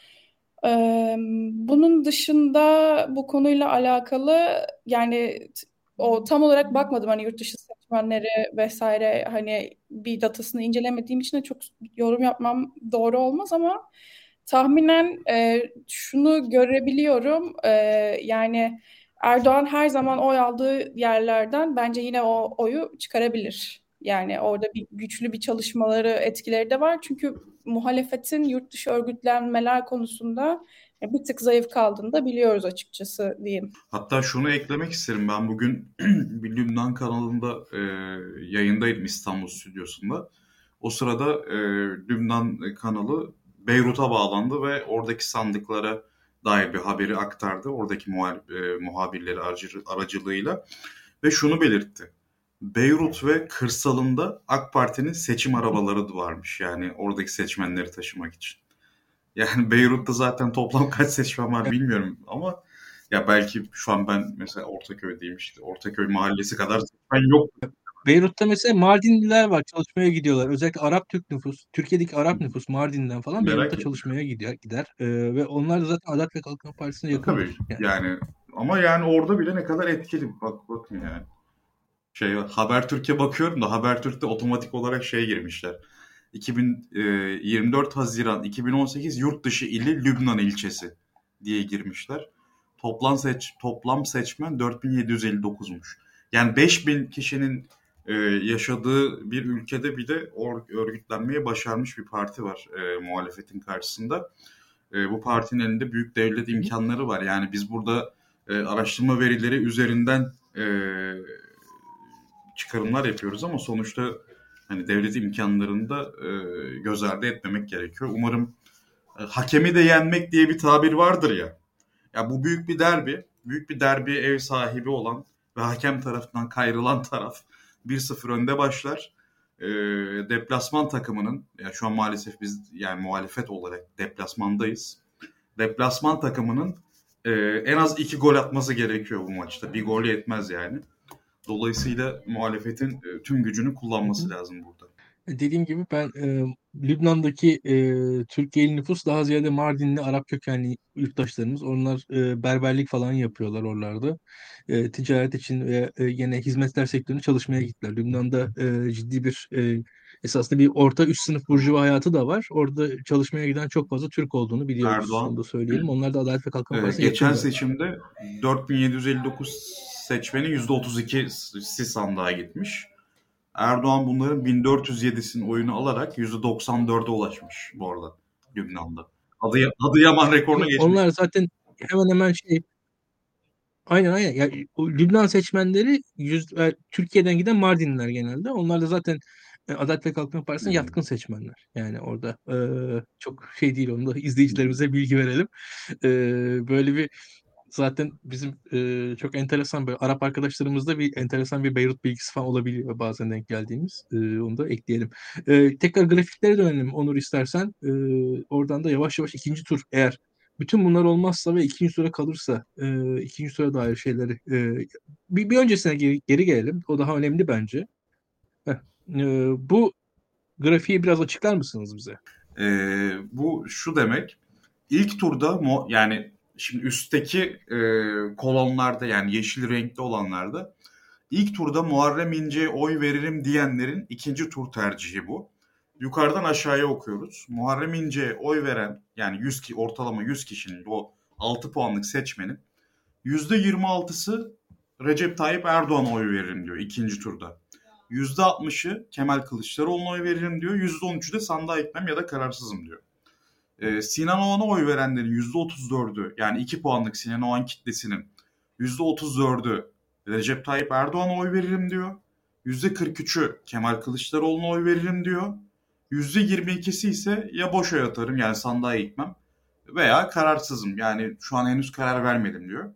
Ee, Bunun dışında bu konuyla alakalı yani t- o tam olarak bakmadım hani yurt dışı seçmenleri vesaire hani bir datasını incelemediğim için de çok yorum yapmam doğru olmaz ama tahminen e, şunu görebiliyorum. E, yani Erdoğan her zaman oy aldığı yerlerden bence yine o oyu çıkarabilir. Yani orada bir güçlü bir çalışmaları etkileri de var çünkü muhalefetin yurt dışı örgütlenmeler konusunda bir tık zayıf kaldığını da biliyoruz açıkçası diyeyim. Hatta şunu eklemek isterim. Ben bugün bir Lübnan kanalında e, yayındaydım İstanbul stüdyosunda. O sırada e, Lübnan kanalı Beyrut'a bağlandı ve oradaki sandıklara dair bir haberi aktardı. Oradaki muhal- e, muhabirleri aracı- aracılığıyla ve şunu belirtti. Beyrut ve kırsalında AK Parti'nin seçim arabaları varmış. Yani oradaki seçmenleri taşımak için. Yani Beyrut'ta zaten toplam kaç seçmen var bilmiyorum ama ya belki şu an ben mesela Ortaköy'deyim işte. Ortaköy mahallesi kadar seçmen yok. Beyrut'ta mesela Mardinliler var çalışmaya gidiyorlar. Özellikle Arap Türk nüfus, Türkiye'deki Arap nüfus Mardin'den falan Merak Beyrut'ta ettim. çalışmaya gidiyor, gider. Ee, ve onlar da zaten Adalet ve Kalkınma Partisi'ne Ha, tabii yakındır. Yani. yani ama yani orada bile ne kadar etkili. Bak bakın yani. Şey Habertürk'e bakıyorum da Habertürk'te otomatik olarak şey girmişler. iki bin yirmi dört Haziran iki bin on sekiz yurt dışı ili Lübnan ilçesi diye girmişler. Toplam seç toplam seçmen dört bin yedi yüz elli dokuzmuş. Yani beş bin kişinin e, yaşadığı bir ülkede bir de or- örgütlenmeyi başarmış bir parti var e, muhalefetin karşısında. E, bu partinin elinde büyük devlet imkanları var. Yani biz burada e, araştırma verileri üzerinden e, çıkarımlar yapıyoruz ama sonuçta hani devlet imkanlarını da e, göz ardı etmemek gerekiyor. Umarım e, hakemi de yenmek diye bir tabir vardır ya. Ya bu büyük bir derbi. Büyük bir derbi ev sahibi olan ve hakem tarafından kayrılan taraf bir sıfır önde başlar. E, deplasman takımının ya şu an maalesef biz yani muhalefet olarak deplasmandayız. Deplasman takımının e, en az iki gol atması gerekiyor bu maçta. Bir gol yetmez yani. Dolayısıyla muhalefetin e, tüm gücünü Hı kullanması hı. lazım burada. Dediğim gibi ben e, Lübnan'daki e, Türkiye'li nüfus daha ziyade Mardinli Arap kökenli yurttaşlarımız. Onlar e, berberlik falan yapıyorlar oralarda. E, ticaret için ve e, yine hizmetler sektöründe çalışmaya gittiler. Lübnan'da e, ciddi bir e, esasında bir orta üst sınıf burjuva hayatı da var. Orada çalışmaya giden çok fazla Türk olduğunu biliyoruz. Onu Erdoğan da söyleyelim. Onlar da Adalet ve Kalkınma e, Partisi'ne geçen yakın zaten. seçimde dört bin yedi yüz elli dokuz seçmenin yüzde otuz ikisi sandığa gitmiş. Erdoğan bunların bin dört yüz yedisinin oyunu alarak yüzde doksan dörde ulaşmış bu arada Lübnan'da. Adı, Adıyaman rekoruna Ama geçmiş. onlar zaten hemen hemen şey. Aynen aynen. Ya, o Lübnan seçmenleri yüz, e, Türkiye'den giden Mardinliler genelde. Onlar da zaten e, Adalet ve Kalkınma Partisi'ne Hmm. yatkın seçmenler. Yani orada e, çok şey değil, onu da izleyicilerimize bilgi verelim. E, böyle bir zaten bizim e, çok enteresan böyle Arap arkadaşlarımızda bir enteresan bir Beyrut bilgisi falan olabiliyor bazen denk geldiğimiz. E, onu da ekleyelim. E, tekrar grafiklere dönelim Onur, istersen. E, oradan da yavaş yavaş ikinci tur, eğer bütün bunlar olmazsa ve ikinci tura kalırsa e, ikinci tura dair şeyleri e, bir, bir öncesine geri, geri gelelim. O daha önemli bence. Heh. E, bu grafiği biraz açıklar mısınız bize? E, bu şu demek. İlk turda mo- yani şimdi üstteki e, kolonlarda yani yeşil renkli olanlarda ilk turda Muharrem İnce'ye oy veririm diyenlerin ikinci tur tercihi bu. Yukarıdan aşağıya okuyoruz. Muharrem İnce'ye oy veren yani yüz ki ortalama yüz kişinin o altı puanlık seçmenin yüzde yirmi altısı Recep Tayyip Erdoğan'a oy veririm diyor ikinci turda. yüzde altmışı Kemal Kılıçdaroğlu'na oy veririm diyor. yüzde on üçü de sandığa gitmem ya da kararsızım diyor. Ee, Sinan Oğan'a oy verenlerin yüzde otuz dördü yani iki puanlık Sinan Oğan kitlesinin yüzde otuz dördü Recep Tayyip Erdoğan'a oy veririm diyor. yüzde kırk üçü Kemal Kılıçdaroğlu'na oy veririm diyor. yüzde yirmi ikisi ise ya boş oy atarım yani sandığa gitmem veya kararsızım yani şu an henüz karar vermedim diyor.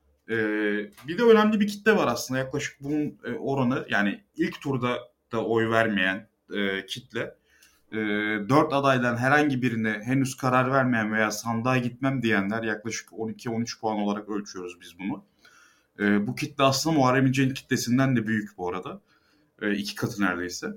Ee, bir de önemli bir kitle var aslında yaklaşık bunun e, oranı yani ilk turda da oy vermeyen e, kitle e, dört adaydan herhangi birine henüz karar vermeyen veya sandığa gitmem diyenler yaklaşık on iki on üç puan olarak ölçüyoruz biz bunu. E, bu kitle aslında Muharrem İnce'nin kitlesinden de büyük bu arada. E, iki katı neredeyse.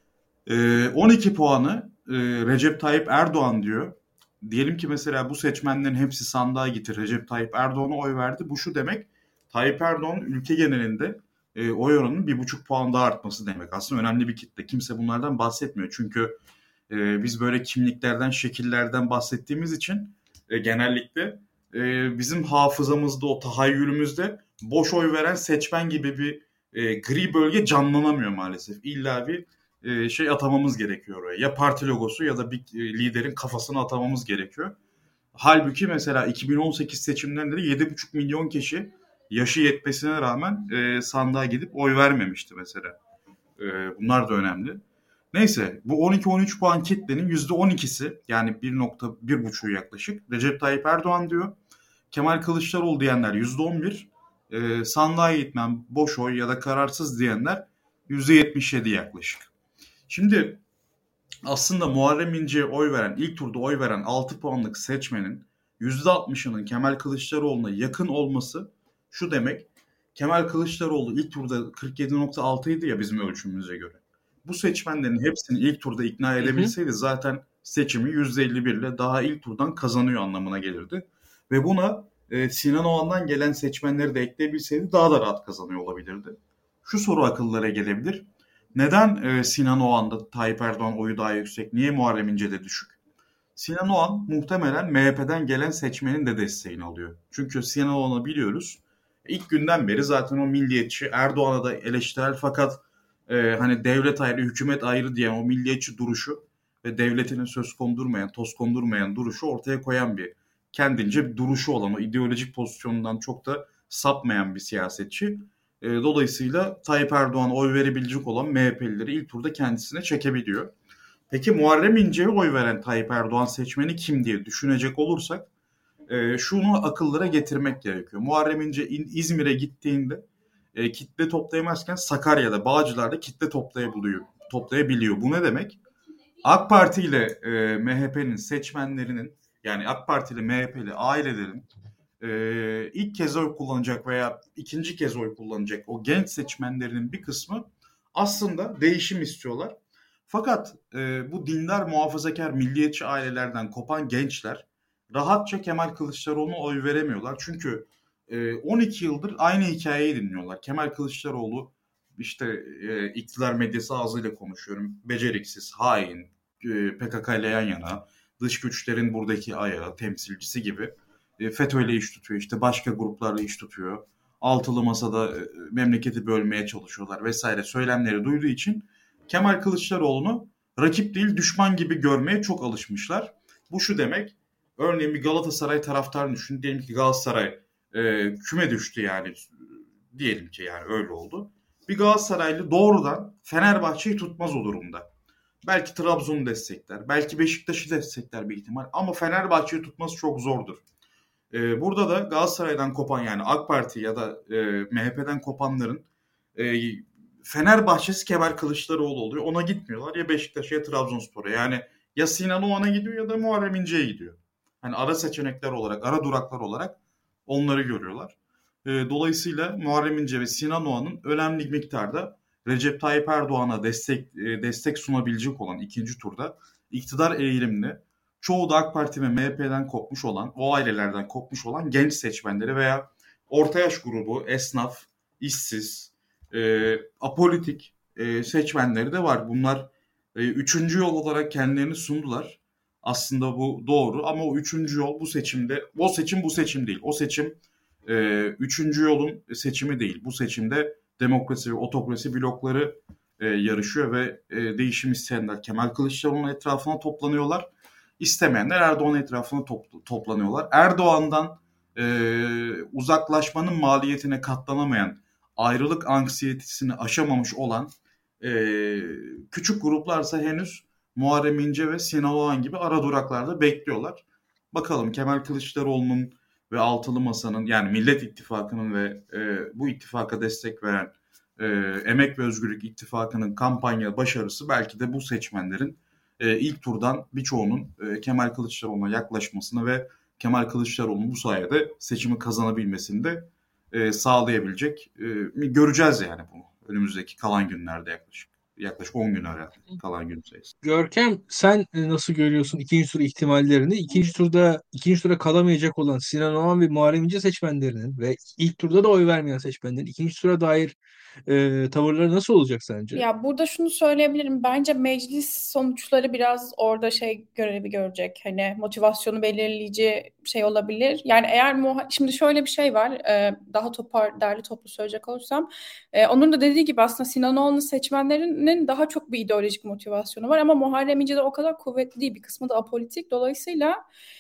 E, on iki puanı e, Recep Tayyip Erdoğan diyor. Diyelim ki mesela bu seçmenlerin hepsi sandığa gitti. Recep Tayyip Erdoğan'a oy verdi. Bu şu demek. Tayyip Erdoğan'ın ülke genelinde e, oy oranının bir buçuk puan daha artması demek. Aslında önemli bir kitle. Kimse bunlardan bahsetmiyor. Çünkü e, biz böyle kimliklerden, şekillerden bahsettiğimiz için e, genellikle e, bizim hafızamızda, o tahayyülümüzde boş oy veren seçmen gibi bir e, gri bölge canlanamıyor maalesef. İlla bir e, şey atamamız gerekiyor oraya. Ya parti logosu ya da bir e, liderin kafasını atamamız gerekiyor. Halbuki mesela iki bin on sekiz seçimlerinde de yedi buçuk milyon kişi yaşı yetmesine rağmen e, sandığa gidip oy vermemişti mesela. E, bunlar da önemli. Neyse bu on iki on üç puan kitlenin yüzde on ikisi yani bir nokta bir buçuğu yaklaşık Recep Tayyip Erdoğan diyor. Kemal Kılıçdaroğlu diyenler yüzde on bir. E, sandığa gitmem, boş oy ya da kararsız diyenler yüzde yetmiş yedi yaklaşık. Şimdi aslında Muharrem İnce'ye oy veren, ilk turda oy veren altı puanlık seçmenin yüzde altmışının Kemal Kılıçdaroğlu'na yakın olması şu demek. Kemal Kılıçdaroğlu ilk turda kırk yedi nokta altı idi ya bizim ölçümümüze göre. Bu seçmenlerin hepsini ilk turda ikna Hı hı. edebilseydi zaten seçimi yüzde elli bir ile daha ilk turdan kazanıyor anlamına gelirdi. Ve buna e, Sinan Oğan'dan gelen seçmenleri de ekleyebilseydi daha da rahat kazanıyor olabilirdi. Şu soru akıllara gelebilir. Neden e, Sinan Oğan'da Tayyip Erdoğan oyu daha yüksek? Niye Muharrem İnce'de düşük? Sinan Oğan muhtemelen M H P'den gelen seçmenin de desteğini alıyor. Çünkü Sinan Oğan'ı biliyoruz. İlk günden beri zaten o milliyetçi, Erdoğan'a da eleştirel fakat e, hani devlet ayrı, hükümet ayrı diyen o milliyetçi duruşu ve devletinin söz kondurmayan, toz kondurmayan duruşu ortaya koyan bir kendince bir duruşu olan o ideolojik pozisyonundan çok da sapmayan bir siyasetçi. E, dolayısıyla Tayyip Erdoğan'a oy verebilecek olan M H P'lileri ilk turda kendisine çekebiliyor. Peki Muharrem İnce'ye oy veren Tayyip Erdoğan seçmeni kim diye düşünecek olursak e, şunu akıllara getirmek gerekiyor. Muharrem İnce İzmir'e gittiğinde e, kitle toplayamazken Sakarya'da, Bağcılar'da kitle toplayabiliyor. toplayabiliyor. Bu ne demek? AK Parti ile e, M H P'nin seçmenlerinin yani AK Parti ile M H P'li ailelerin e, ilk kez oy kullanacak veya ikinci kez oy kullanacak o genç seçmenlerinin bir kısmı aslında değişim istiyorlar. Fakat e, bu dindar, muhafazakar, milliyetçi ailelerden kopan gençler rahatça Kemal Kılıçdaroğlu'na oy veremiyorlar. Çünkü e, on iki yıldır aynı hikayeyi dinliyorlar. Kemal Kılıçdaroğlu işte e, iktidar medyası ağzıyla konuşuyorum. Beceriksiz, hain, e, P K K ile yan yana, dış güçlerin buradaki ayağı, temsilcisi gibi. E, FETÖ'yle iş tutuyor, işte başka gruplarla iş tutuyor. Altılı masada e, memleketi bölmeye çalışıyorlar vesaire söylemleri duyduğu için Kemal Kılıçdaroğlu'nu rakip değil düşman gibi görmeye çok alışmışlar. Bu şu demek, örneğin bir Galatasaray taraftarını düşün. Diyelim ki Galatasaray e, küme düştü yani. Diyelim ki yani öyle oldu. Bir Galatasaraylı doğrudan Fenerbahçe'yi tutmaz o durumda. Belki Trabzon'u destekler, belki Beşiktaş'ı destekler bir ihtimal ama Fenerbahçe'yi tutması çok zordur. Ee, burada da Galatasaray'dan kopan yani AK Parti ya da e, M H P'den kopanların e, Fenerbahçe'si Kemal Kılıçdaroğlu oluyor. Ona gitmiyorlar ya Beşiktaş'a ya Trabzonspor'a. Yani ya Sinan Oğan'a gidiyor ya da Muharrem İnce'ye gidiyor. Hani ara seçenekler olarak, ara duraklar olarak onları görüyorlar. E, dolayısıyla Muharrem İnce ve Sinan Oğan'ın önemli miktarda Recep Tayyip Erdoğan'a destek e, destek sunabilecek olan ikinci turda iktidar eğilimli, çoğu da AK Parti ve M H P'den kopmuş olan, o ailelerden kopmuş olan genç seçmenleri veya orta yaş grubu, esnaf, işsiz, e, apolitik e, seçmenleri de var. Bunlar e, üçüncü yol olarak kendilerini sundular. Aslında bu doğru ama o üçüncü yol bu seçimde, o seçim bu seçim değil. O seçim e, üçüncü yolun seçimi değil. Bu seçimde demokrasi ve otokrasi blokları e, yarışıyor ve e, değişim isteyenler Kemal Kılıçdaroğlu'nun etrafına toplanıyorlar. İstemeyenler Erdoğan etrafına top, toplanıyorlar. Erdoğan'dan e, uzaklaşmanın maliyetine katlanamayan, ayrılık anksiyetesini aşamamış olan e, küçük gruplarsa henüz Muharrem İnce ve Sinan Oğan gibi ara duraklarda bekliyorlar. Bakalım Kemal Kılıçdaroğlu'nun ve Altılı Masa'nın yani Millet İttifakı'nın ve e, bu ittifaka destek veren e, Emek ve Özgürlük İttifakı'nın kampanya başarısı belki de bu seçmenlerin e, ilk turdan birçoğunun e, Kemal Kılıçdaroğlu'na yaklaşmasını ve Kemal Kılıçdaroğlu'nun bu sayede seçimi kazanabilmesini de e, sağlayabilecek. E, göreceğiz yani bunu önümüzdeki kalan günlerde yaklaşık. Yaklaşık on gün herhalde kalan gün sayısı. Görkem, sen e, nasıl görüyorsun ikinci tur ihtimallerini? İkinci turda ikinci tura kalamayacak olan Sinan Oğan ve Muharrem İnce seçmenlerinin ve ilk turda da oy vermeyen seçmenlerin ikinci tura dair e, tavırları nasıl olacak sence? Ya burada şunu söyleyebilirim. Bence meclis sonuçları biraz orada şey görevi görecek. Hani motivasyonu belirleyici şey olabilir. Yani eğer muha- şimdi şöyle bir şey var. e, daha topar derli toplu söyleyecek olursam. e, onun da dediği gibi aslında Sinan Oğan'ın seçmenlerinin daha çok bir ideolojik motivasyonu var. Ama Muharrem İnce'de o kadar kuvvetli değil. Bir kısmı da apolitik. Dolayısıyla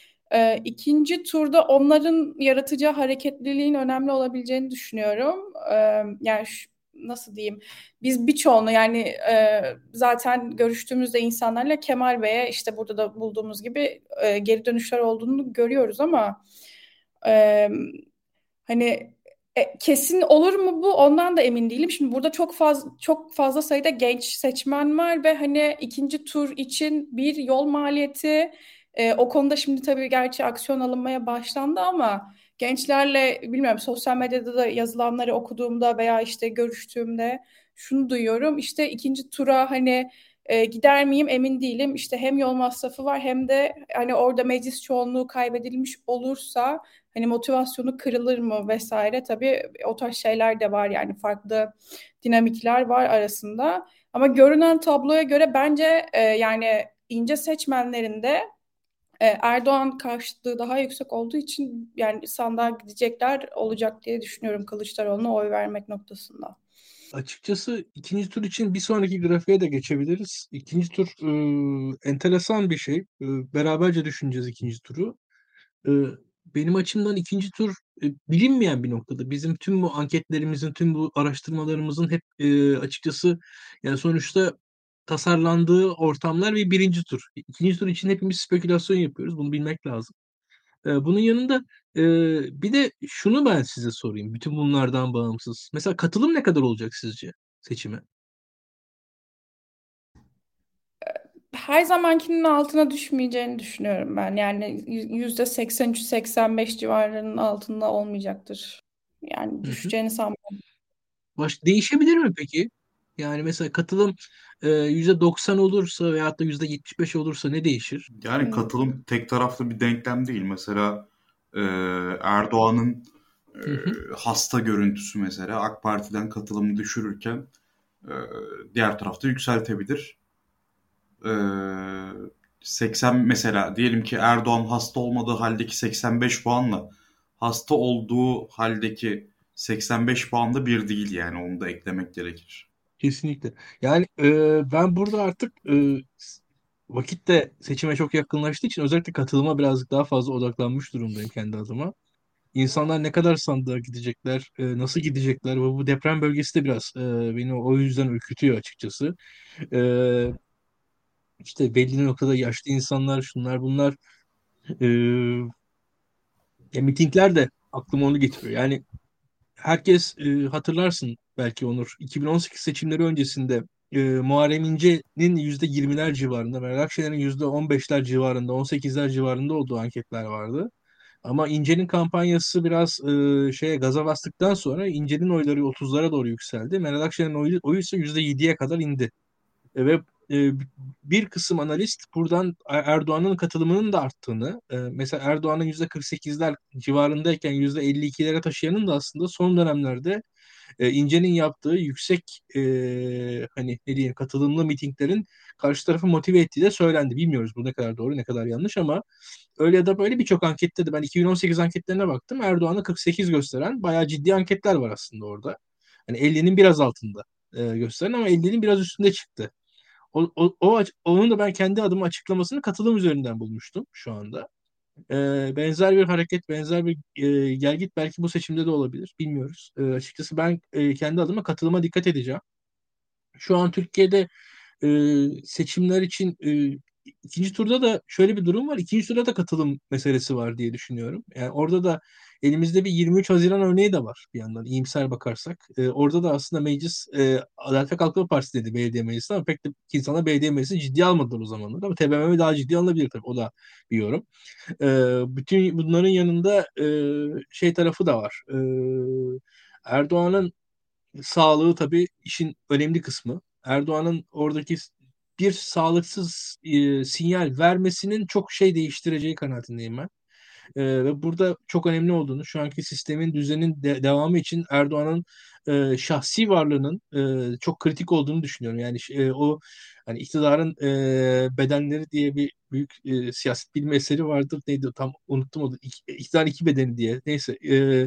e, ikinci turda onların yaratacağı hareketliliğin önemli olabileceğini düşünüyorum. E, yani şu- nasıl diyeyim? Biz birçoğunu yani e, zaten görüştüğümüzde insanlarla Kemal Bey'e işte burada da bulduğumuz gibi e, geri dönüşler olduğunu görüyoruz ama e, hani e, kesin olur mu bu ondan da emin değilim. Şimdi burada çok fazla çok fazla sayıda genç seçmen var ve hani ikinci tur için bir yol maliyeti e, o konuda şimdi tabii gerçi aksiyon alınmaya başlandı ama gençlerle bilmiyorum sosyal medyada da yazılanları okuduğumda veya işte görüştüğümde şunu duyuyorum. İşte ikinci tura hani e, gider miyim emin değilim. İşte hem yol masrafı var hem de hani orada meclis çoğunluğu kaybedilmiş olursa hani motivasyonu kırılır mı vesaire tabii o tarz şeyler de var yani farklı dinamikler var arasında. Ama görünen tabloya göre bence e, yani ince seçmenlerinde e, Erdoğan karşıtlığı daha yüksek olduğu için yani sandığa gidecekler olacak diye düşünüyorum Kılıçdaroğlu'na oy vermek noktasında. Açıkçası ikinci tur için bir sonraki grafiğe de geçebiliriz. İkinci tur e, enteresan bir şey. E, beraberce düşüneceğiz ikinci turu. E, benim açımdan ikinci tur e, bilinmeyen bir noktada. Bizim tüm bu anketlerimizin, tüm bu araştırmalarımızın hep e, açıkçası yani sonuçta tasarlandığı ortamlar ve birinci tur. İkinci tur için hepimiz spekülasyon yapıyoruz. Bunu bilmek lazım. E, bunun yanında e, bir de şunu ben size sorayım. Bütün bunlardan bağımsız. Mesela katılım ne kadar olacak sizce seçime? Her zamankinin altına düşmeyeceğini düşünüyorum ben. Yani yüzde seksen üç seksen beş civarlarının altında olmayacaktır. Yani Hı hı. düşeceğini sanmıyorum. Baş, değişebilir mi peki? Yani mesela katılım e, yüzde doksan olursa veyahut da yüzde yetmiş beş olursa ne değişir? Yani Hmm. katılım tek taraflı bir denklem değil. Mesela e, Erdoğan'ın e, Hı hı. hasta görüntüsü mesela AK Parti'den katılımı düşürürken e, diğer tarafta yükseltebilir. E, seksen mesela diyelim ki Erdoğan hasta olmadığı haldeki seksen beş puanla hasta olduğu haldeki seksen beş puan da bir değil, yani onu da eklemek gerekir. Kesinlikle. Yani e, ben burada artık e, s- vakit de seçime çok yakınlaştığı için özellikle katılıma birazcık daha fazla odaklanmış durumdayım kendi adıma. İnsanlar ne kadar sandığa gidecekler, e, nasıl gidecekler ve bu deprem bölgesi de biraz e, beni o yüzden ürkütüyor açıkçası. E, işte belli noktada yaşlı insanlar, şunlar bunlar, e, ya mitingler de aklıma onu getiriyor. Yani herkes e, hatırlarsın belki Onur. iki bin on sekiz seçimleri öncesinde e, Muharrem İnce'nin yüzde yirmiler civarında, Meral Akşener'in yüzde on beşler civarında, on sekizler civarında olduğu anketler vardı. Ama İnce'nin kampanyası biraz e, şeye gaza bastıktan sonra İnce'nin oyları otuzlara doğru yükseldi. Meral Akşener'in oyu, oyu ise yüzde yediye kadar indi. E, ve e, bir kısım analist buradan Erdoğan'ın katılımının da arttığını, e, mesela Erdoğan'ın yüzde kırk sekizler civarındayken yüzde elli ikilere taşıyanın da aslında son dönemlerde e, İnce'nin yaptığı yüksek e, hani ne diyeyim katılımlı mitinglerin karşı tarafı motive ettiği de söylendi. Bilmiyoruz bu ne kadar doğru ne kadar yanlış ama öyle ya da böyle birçok ankette de ben iki bin on sekiz anketlerine baktım. Erdoğan'ı kırk sekiz gösteren bayağı ciddi anketler var aslında orada. Hani ellinin biraz altında e, gösteren ama ellinin biraz üstünde çıktı. O, o, o aç- onun da ben kendi adıma açıklamasını katılım üzerinden bulmuştum şu anda. Ee, benzer bir hareket, benzer bir e, gelgit belki bu seçimde de olabilir. Bilmiyoruz. Ee, açıkçası ben e, kendi adıma katılıma dikkat edeceğim. Şu an Türkiye'de e, seçimler için e, ikinci turda da şöyle bir durum var. İkinci turda da katılım meselesi var diye düşünüyorum. Yani orada da elimizde bir yirmi üç Haziran örneği de var bir yandan iyimser bakarsak. E, orada da aslında meclis e, Adalet ve Kalkınma Partisi dedi belediye meclisi ama pek de insanlar belediye meclisini ciddiye almadılar o zamanlar. Ama T B M M daha ciddi alınabilir tabii. O da bir yorum. E, bütün bunların yanında e, şey tarafı da var. E, Erdoğan'ın sağlığı tabii işin önemli kısmı. Erdoğan'ın oradaki bir sağlıksız e, sinyal vermesinin çok şey değiştireceği kanaatindeyim ben. E, ve burada çok önemli olduğunu, şu anki sistemin, düzenin de- devamı için Erdoğan'ın e, şahsi varlığının e, çok kritik olduğunu düşünüyorum. Yani e, o hani iktidarın e, bedenleri diye bir büyük e, siyaset bilimi eseri vardır. Neydi o? Tam unuttum onu. İk, iktidar iki bedeni diye. Neyse. E,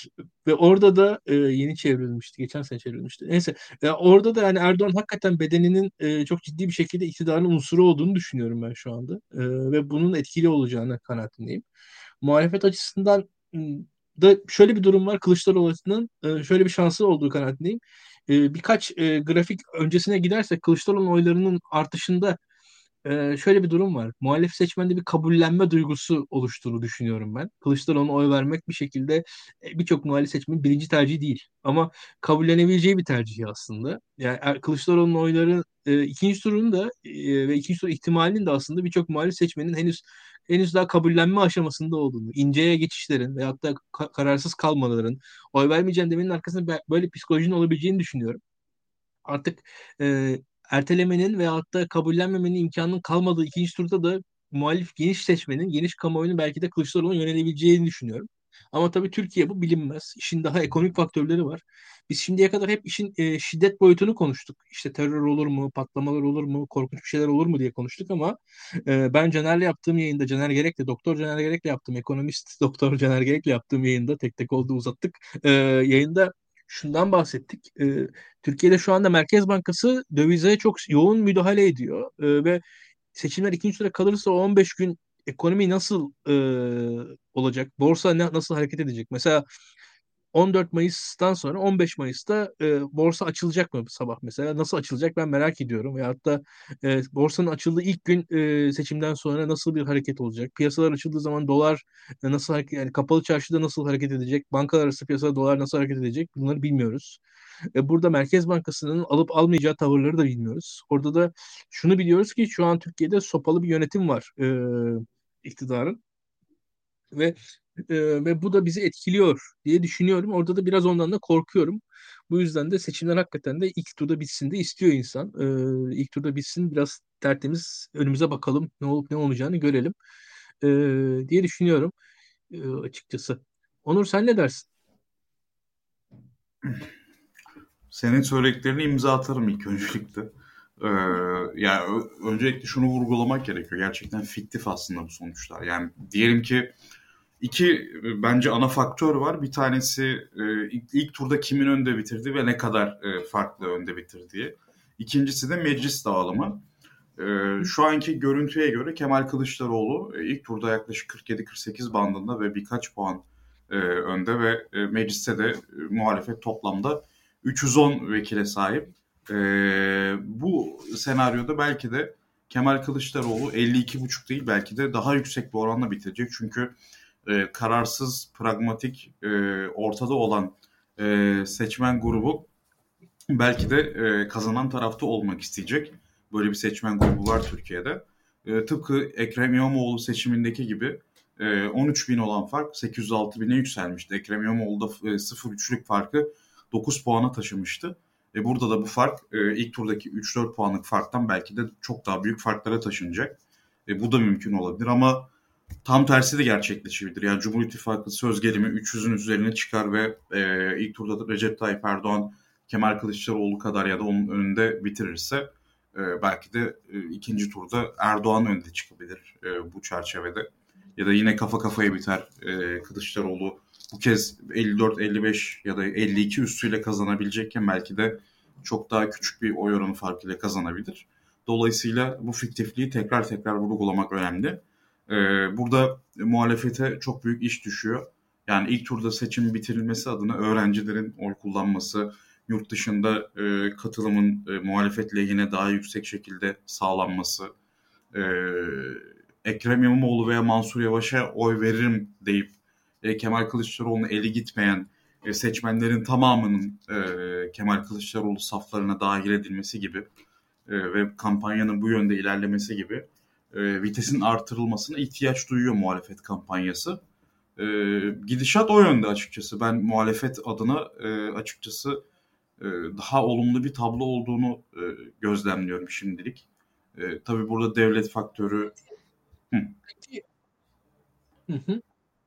ve orada da e, yeni çevrilmişti. Geçen sene çevrilmişti. Neyse. E, orada da yani Erdoğan hakikaten bedeninin e, çok ciddi bir şekilde iktidarın unsuru olduğunu düşünüyorum ben şu anda. E, ve bunun etkili olacağını kanaatindeyim. Muhalefet açısından ım, da şöyle bir durum var. Kılıçdaroğlu'nun e, şöyle bir şansı olduğu kanaatindeyim. E, Birkaç e, grafik öncesine gidersek Kılıçdaroğlu'nun oylarının artışında ee, şöyle bir durum var. Muhalif seçmende bir kabullenme duygusu oluştuğunu düşünüyorum ben. Kılıçdaroğlu'na oy vermek bir şekilde e, birçok muhalif seçmenin birinci tercihi değil. Ama kabullenebileceği bir tercih aslında. Yani er- Kılıçdaroğlu'nun oyları e, ikinci turun da e, ve ikinci tur ihtimalinin de aslında birçok muhalif seçmenin henüz henüz daha kabullenme aşamasında olduğunu, inceye geçişlerin veyahut da ka- kararsız kalmaların, oy vermeyeceğim demenin arkasında be- böyle psikolojinin olabileceğini düşünüyorum. Artık e, ertelemenin veyahut da kabullenmemenin imkanının kalmadığı ikinci turda da muhalif geniş seçmenin, geniş kamuoyunun belki de Kılıçdaroğlu'na yönelebileceğini düşünüyorum. Ama tabii Türkiye bu bilinmez. İşin daha ekonomik faktörleri var. Biz şimdiye kadar hep işin e, şiddet boyutunu konuştuk. İşte terör olur mu, patlamalar olur mu, korkunç bir şeyler olur mu diye konuştuk ama e, ben Caner'le yaptığım yayında, Caner Gerek'le, Doktor Caner Gerek'le yaptığım, ekonomist Doktor Caner Gerek'le yaptığım yayında, tek tek oldu uzattık. E, yayında şundan bahsettik. E, Türkiye'de şu anda Merkez Bankası dövize çok yoğun müdahale ediyor. E, ve seçimler ikinci tura kalırsa o on beş gün ekonomi nasıl e, olacak? Borsa ne, nasıl hareket edecek? Mesela on dört Mayıs'tan sonra on beş Mayıs'ta e, borsa açılacak mı sabah mesela? Nasıl açılacak ben merak ediyorum. Veyahut da e, borsanın açıldığı ilk gün e, seçimden sonra nasıl bir hareket olacak? Piyasalar açıldığı zaman dolar e, nasıl hareket, yani kapalı çarşıda nasıl hareket edecek? Bankalar arası piyasada dolar nasıl hareket edecek? Bunları bilmiyoruz. E, burada Merkez Bankası'nın alıp almayacağı tavırları da bilmiyoruz. Orada da şunu biliyoruz ki şu an Türkiye'de sopalı bir yönetim var e, iktidarın. ve e, ve bu da bizi etkiliyor diye düşünüyorum. Orada da biraz ondan da korkuyorum. Bu yüzden de seçimler hakikaten de ilk turda bitsin de istiyor insan. E, ilk turda bitsin, biraz tertemiz önümüze bakalım, ne olup ne olacağını görelim e, diye düşünüyorum e, açıkçası. Onur, sen ne dersin? Senin söylediklerine imza atarım ilk öncelikle. Ee, yani ö- öncelikle şunu vurgulamak gerekiyor. Gerçekten fiktif aslında bu sonuçlar. Yani diyelim ki iki e, bence ana faktör var. Bir tanesi e, ilk, ilk turda kimin önde bitirdi ve ne kadar e, farklı önde bitirdiği. İkincisi de meclis dağılımı. E, şu anki görüntüye göre Kemal Kılıçdaroğlu e, ilk turda yaklaşık kırk yedi kırk sekiz bandında ve birkaç puan e, önde ve e, mecliste de e, muhalefet toplamda üç yüz on vekile sahip. E, bu senaryoda belki de Kemal Kılıçdaroğlu elli iki buçuk değil belki de daha yüksek bir oranla bitirecek. Çünkü e, kararsız, pragmatik, e, ortada olan e, seçmen grubu belki de e, kazanan tarafta olmak isteyecek. Böyle bir seçmen grubu var Türkiye'de. E, tıpkı Ekrem İmamoğlu seçimindeki gibi e, on üç bin olan fark sekiz yüz altı bine yükselmişti. Ekrem İmamoğlu'da e, sıfır virgül üçlük farkı dokuz puana taşımıştı. E, burada da bu fark e, ilk turdaki üç dört puanlık farktan belki de çok daha büyük farklara taşınacak. E, bu da mümkün olabilir ama tam tersi de gerçekleşebilir. Yani Cumhur İttifakı söz gelimi üç yüzün üzerine çıkar ve e, ilk turda da Recep Tayyip Erdoğan Kemal Kılıçdaroğlu kadar ya da onun önünde bitirirse e, belki de e, ikinci turda Erdoğan önde çıkabilir e, bu çerçevede. Ya da yine kafa kafaya biter e, Kılıçdaroğlu bu kez elli dört elli beş ya da elli iki üstüyle kazanabilecekken belki de çok daha küçük bir oy oranı farkıyla kazanabilir. Dolayısıyla bu fiktifliği tekrar tekrar vurgulamak önemli. Ee, burada muhalefete çok büyük iş düşüyor. Yani ilk turda seçim bitirilmesi adına öğrencilerin oy kullanması, yurt dışında e, katılımın e, muhalefet lehine daha yüksek şekilde sağlanması, e, Ekrem İmamoğlu veya Mansur Yavaş'a oy veririm deyip e, Kemal Kılıçdaroğlu'na eli gitmeyen e, seçmenlerin tamamının e, Kemal Kılıçdaroğlu saflarına dahil edilmesi gibi e, ve kampanyanın bu yönde ilerlemesi gibi e, vitesin artırılmasına ihtiyaç duyuyor muhalefet kampanyası. E, gidişat o yönde açıkçası. Ben muhalefet adına e, açıkçası e, daha olumlu bir tablo olduğunu e, gözlemliyorum şimdilik. E, tabii burada devlet faktörü. Hı. Hı hı.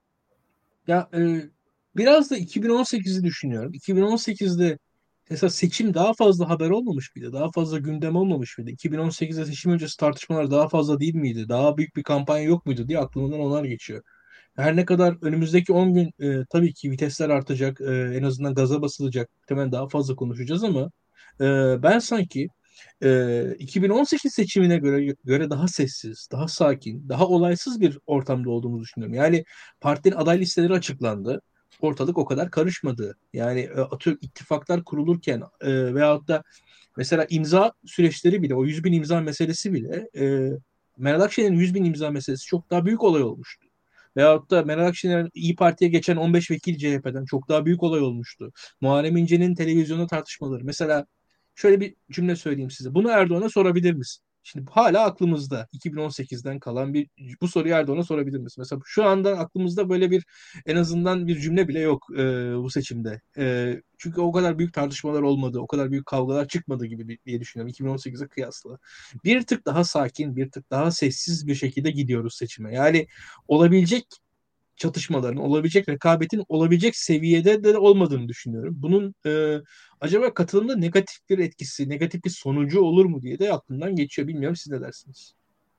Ya e, biraz da iki bin on sekizi düşünüyorum. iki bin on sekizde mesela seçim daha fazla haber olmamış mıydı? Daha fazla gündem olmamış mıydı? iki bin on sekizde seçim öncesi tartışmalar daha fazla değil miydi? Daha büyük bir kampanya yok muydu diye aklımdan onlar geçiyor. Her ne kadar önümüzdeki on gün e, tabii ki vitesler artacak, e, en azından gaza basılacak, muhtemelen daha fazla konuşacağız ama e, ben sanki e, iki bin on sekiz seçimine göre göre daha sessiz, daha sakin, daha olaysız bir ortamda olduğumuzu düşünüyorum. Yani partinin aday listeleri açıklandı. Ortalık o kadar karışmadı. Yani e, atıyorum ittifaklar kurulurken e, veyahut da mesela imza süreçleri bile, o yüz bin imza meselesi bile e, Meral Akşener'in yüz bin imza meselesi çok daha büyük olay olmuştu. Veyahut da Meral Akşener'in İyi Parti'ye geçen on beş vekil C H P'den çok daha büyük olay olmuştu. Muharrem İnce'nin televizyonda tartışmaları. Mesela şöyle bir cümle söyleyeyim size. Bunu Erdoğan'a sorabilir misin? Şimdi hala aklımızda iki bin on sekizden kalan bir bu soruyu Erdoğan'a sorabilir misin? Mesela şu anda aklımızda böyle bir en azından bir cümle bile yok e, bu seçimde. E, çünkü o kadar büyük tartışmalar olmadı, o kadar büyük kavgalar çıkmadı gibi diye düşünüyorum iki bin on sekize kıyasla. Bir tık daha sakin, bir tık daha sessiz bir şekilde gidiyoruz seçime. Yani olabilecek çatışmaların, olabilecek rekabetin olabilecek seviyede de olmadığını düşünüyorum. Bunun e, acaba katılımda negatif bir etkisi, negatif bir sonucu olur mu diye de aklımdan geçiyor. Bilmiyorum, siz ne dersiniz?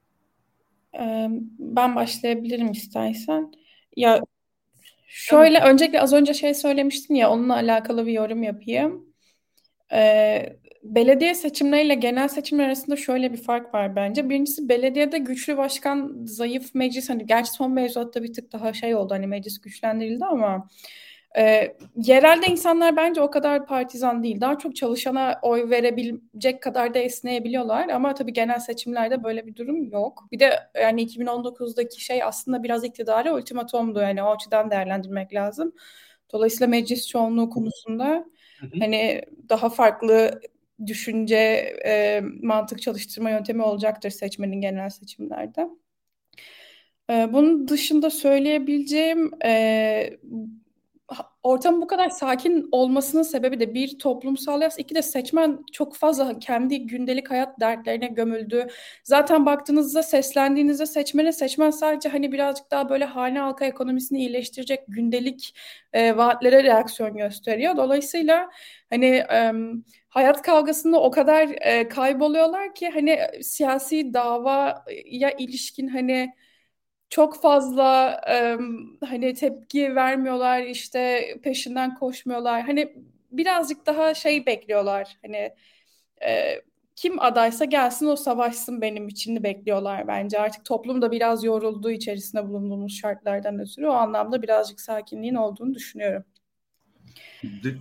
Ee, Ben başlayabilirim istersen. Ya Tabii. şöyle öncelikle az önce şey söylemiştin ya onunla alakalı bir yorum yapayım. Ee, Belediye seçimleriyle genel seçimler arasında şöyle bir fark var bence. Birincisi belediyede güçlü başkan, zayıf meclis. Hani gerçi son mevzuatta bir tık daha şey oldu. Hani meclis güçlendirildi ama e, yerelde insanlar bence o kadar partizan değil. Daha çok çalışana oy verebilecek kadar da esneyebiliyorlar. Ama tabii genel seçimlerde böyle bir durum yok. Bir de yani iki bin on dokuzdaki şey aslında biraz iktidara ultimatomdu. Yani o açıdan değerlendirmek lazım. Dolayısıyla meclis çoğunluğu konusunda Hı hı. hani daha farklı düşünce, e, mantık çalıştırma yöntemi olacaktır seçmenin genel seçimlerde. Ee, bunun dışında söyleyebileceğim e, ortamın bu kadar sakin olmasının sebebi de bir toplumsal yas, iki de seçmen çok fazla kendi gündelik hayat dertlerine gömüldü. Zaten baktığınızda seslendiğinizde seçmene seçmen sadece hani birazcık daha böyle hane halka ekonomisini iyileştirecek gündelik e, vaatlere reaksiyon gösteriyor. Dolayısıyla hani e, hayat kavgasında o kadar e, kayboluyorlar ki hani siyasi davaya ilişkin hani çok fazla em, hani tepki vermiyorlar, işte peşinden koşmuyorlar. Hani birazcık daha şey bekliyorlar. Hani e, kim adaysa gelsin o savaşsın benim içini bekliyorlar bence. Artık toplum da biraz yorulduğu içerisinde bulunduğumuz şartlardan ötürü o anlamda birazcık sakinliğin olduğunu düşünüyorum. De,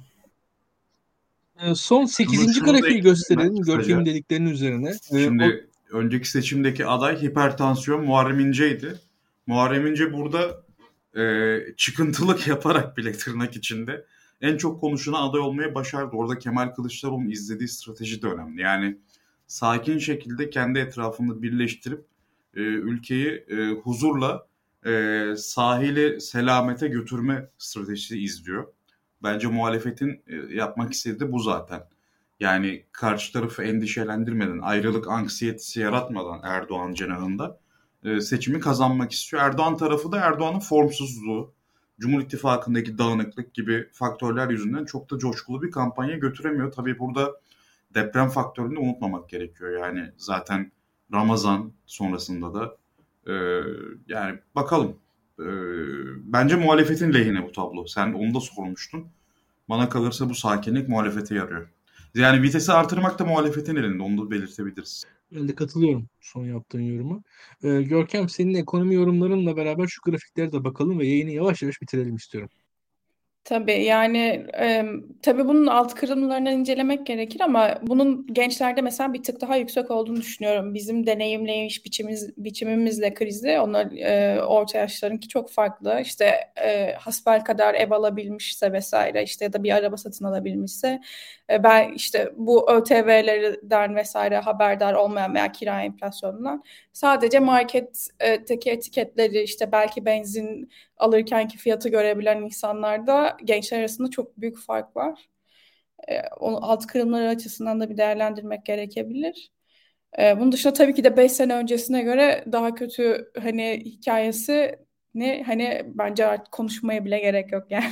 Ee, son şunu, sekizinci şunu da grafiği ekleyeyim ben gösterelim Görkem'in kısaca. dediklerinin üzerine. Ee, o Şimdi önceki seçimdeki aday hipertansiyon Muharrem İnce'ydi. Muharrem İnce burada e, çıkıntılık yaparak bile tırnak içinde en çok konuşulan aday olmaya başardı. Orada Kemal Kılıçdaroğlu'nun izlediği strateji de önemli. Yani sakin şekilde kendi etrafını birleştirip e, ülkeyi e, huzurla e, sahili selamete götürme stratejisi izliyor. Bence muhalefetin e, yapmak istediği de bu zaten. Yani karşı tarafı endişelendirmeden, ayrılık anksiyetesi yaratmadan Erdoğan cenahında e, seçimi kazanmak istiyor. Erdoğan tarafı da Erdoğan'ın formsuzluğu, Cumhur İttifakı'ndaki dağınıklık gibi faktörler yüzünden çok da coşkulu bir kampanya götüremiyor. Tabii burada deprem faktörünü unutmamak gerekiyor. Yani zaten Ramazan sonrasında da e, yani bakalım. E, bence muhalefetin lehine bu tablo. Sen onu da sormuştun. Bana kalırsa bu sakinlik muhalefete yarıyor. Yani vitesi artırmak da muhalefetin elinde. Onu da belirtebiliriz. Ben de katılıyorum son yaptığın yoruma. Ee, Görkem, senin ekonomi yorumlarınla beraber şu grafiklere de bakalım ve yayını yavaş yavaş bitirelim istiyorum. Tabii yani e, tabii bunun alt kırılımlarını incelemek gerekir ama bunun gençlerde mesela bir tık daha yüksek olduğunu düşünüyorum. Bizim deneyimleyiş biçimimiz, biçimimizle krizi, onlar e, orta yaşlarınki çok farklı. İşte e, hasbelkader ev alabilmişse vesaire, işte ya da bir araba satın alabilmişse e, ben işte bu ÖTV'lerden vesaire haberdar olmayan veya kira enflasyonundan sadece marketteki etiketleri, işte belki benzin alırkenki fiyatı görebilen insanlarda gençler arasında çok büyük fark var. E, onu alt kırımları açısından da bir değerlendirmek gerekebilir. E, bunun dışında tabii ki de beş sene öncesine göre daha kötü hani hikayesi ne, hani bence artık konuşmaya bile gerek yok yani.